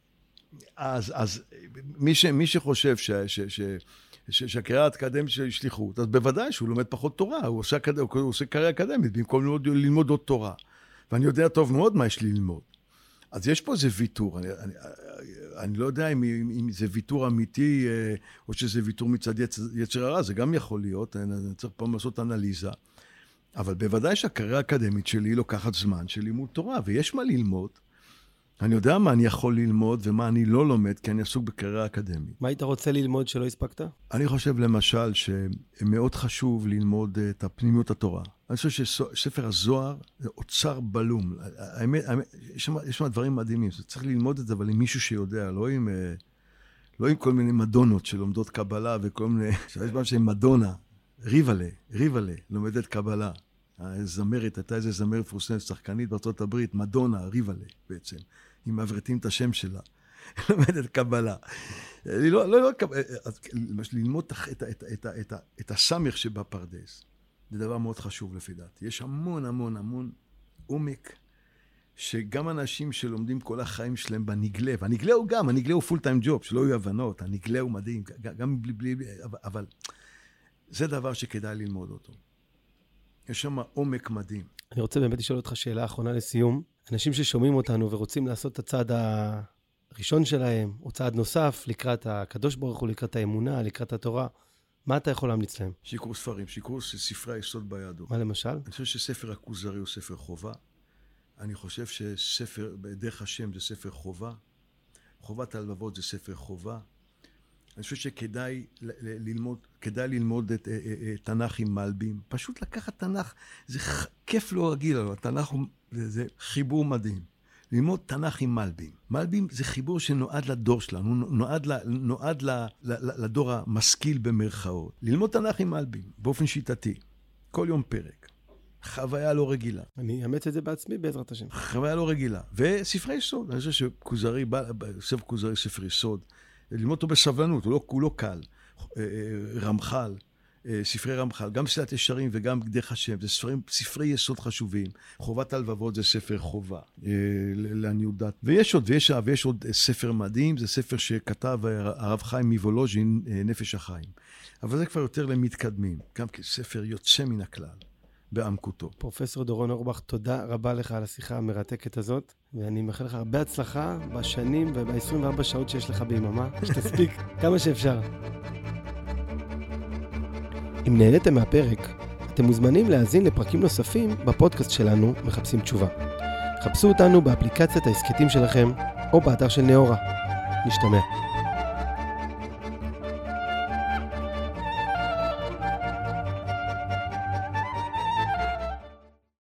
אז, אז מי, ש, מי שחושב ש, ש, ש, ש, שהקריירה האקדמית של שליחות, אז בוודאי שהוא לומד פחות תורה, הוא עושה, הוא עושה קריירה אקדמית, במקום ללמוד, ללמוד עוד תורה. ואני יודע טוב מאוד מה יש לי ללמוד. אז יש פה איזה ויתור, אני, אני, אני לא יודע אם, אם זה ויתור אמיתי, או שזה ויתור מצד יצר, יצר הרע, זה גם יכול להיות, אני צריך פעם לעשות אנליזה. אבל בוודאי שהקריירה האקדמית שלי לוקחת זמן של לימוד תורה, ויש מה ללמוד. אני יודע מה אני יכול ללמוד ומה אני לא לומד, כי אני עסוק בקריירה אקדמית. מה היית רוצה ללמוד שלא הספקת? אני חושב למשל שמאוד חשוב ללמוד את הפנימיות התורה. אני חושב שספר הזוהר זה אוצר בלום. האמת, יש שם דברים מדהימים. צריך ללמוד את זה, אבל עם מישהו שיודע, לא עם, לא עם כל מיני מדונות שלומדות קבלה וכל מיני... יש משהו שהם מדונה, ריבלה, ריבלה, לומדת קבלה. הזמרת, הייתה איזה זמרת מפורסמת, שחקנית בארצות הברית, מדונה, ריבלה בעצם. אם מעברתים את השם שלה. לומדת קבלה. לא, לא, לא, ללמוד את, את, את, את, את הסמך שבפרדס. זה דבר מאוד חשוב לפי דעתי. יש המון, המון, המון עומק, שגם אנשים שלומדים כל החיים שלהם בנגלה, והנגלה הוא גם, הנגלה הוא פול טיים ג'וב, שלא יהיו הבנות, הנגלה הוא מדהים, גם בלי, בלי, אבל זה דבר שכדאי ללמוד אותו. יש שם עומק מדהים. אני רוצה באמת לשאול אותך שאלה אחרונה לסיום. אנשים ששומעים אותנו ורוצים לעשות את הצעד הראשון שלהם, או צעד נוסף, לקראת הקדוש ברוך הוא, לקראת האמונה, לקראת התורה, מה אתה יכול להמליץ להם? שיקראו ספרים, שיקראו ספרי היסוד ביהדות. מה למשל? אני חושב שספר הכוזרי הוא ספר חובה. אני חושב שספר, בדרך השם זה ספר חובה. חובת הלבבות זה ספר חובה. אני חושב שכדאי ללמוד, כדאי ללמוד את, את תנ"ך עם מלבים. פשוט לקחת תנ"ך, זה כיף לא רגיל, התנ"ך הוא, זה, זה חיבור מדהים. ללמוד תנ"ך עם מלבים. מלבים זה חיבור שנועד לדור שלנו, נועד, ל, נועד ל, ל, ל, לדור המשכיל במרכאות. ללמוד תנ"ך עם מלבים, באופן שיטתי, כל יום פרק. חוויה לא רגילה. אני אאמץ את זה בעצמי בעזרת השם. חוויה לא רגילה. וספרי יסוד, אני חושב שכוזרי, ספר כוזרי ספר יסוד, ללמוד אותו בסבלנות, הוא לא, הוא לא קל. רמח"ל, ספרי רמח"ל, גם מסילת ישרים וגם דרך השם, זה ספרים, ספרי יסוד חשובים. חובת הלבבות זה ספר חובה, לעניות דעת. ויש עוד, ויש, ויש עוד ספר מדהים, זה ספר שכתב הרב חיים מוולוז'ין, נפש החיים. אבל זה כבר יותר למתקדמים, גם כספר יוצא מן הכלל. בעמקותו. פרופסור דורון אורבך, תודה רבה לך על השיחה המרתקת הזאת, ואני מאחל לך הרבה הצלחה בשנים וב-עשרים וארבע שעות שיש לך ביממה, שתספיק כמה שאפשר. אם נהניתם מהפרק, אתם מוזמנים להאזין לפרקים נוספים בפודקאסט שלנו, מחפשים תשובה. חפשו אותנו באפליקציית העסקתים שלכם, או באתר של נאורה. נשתמע.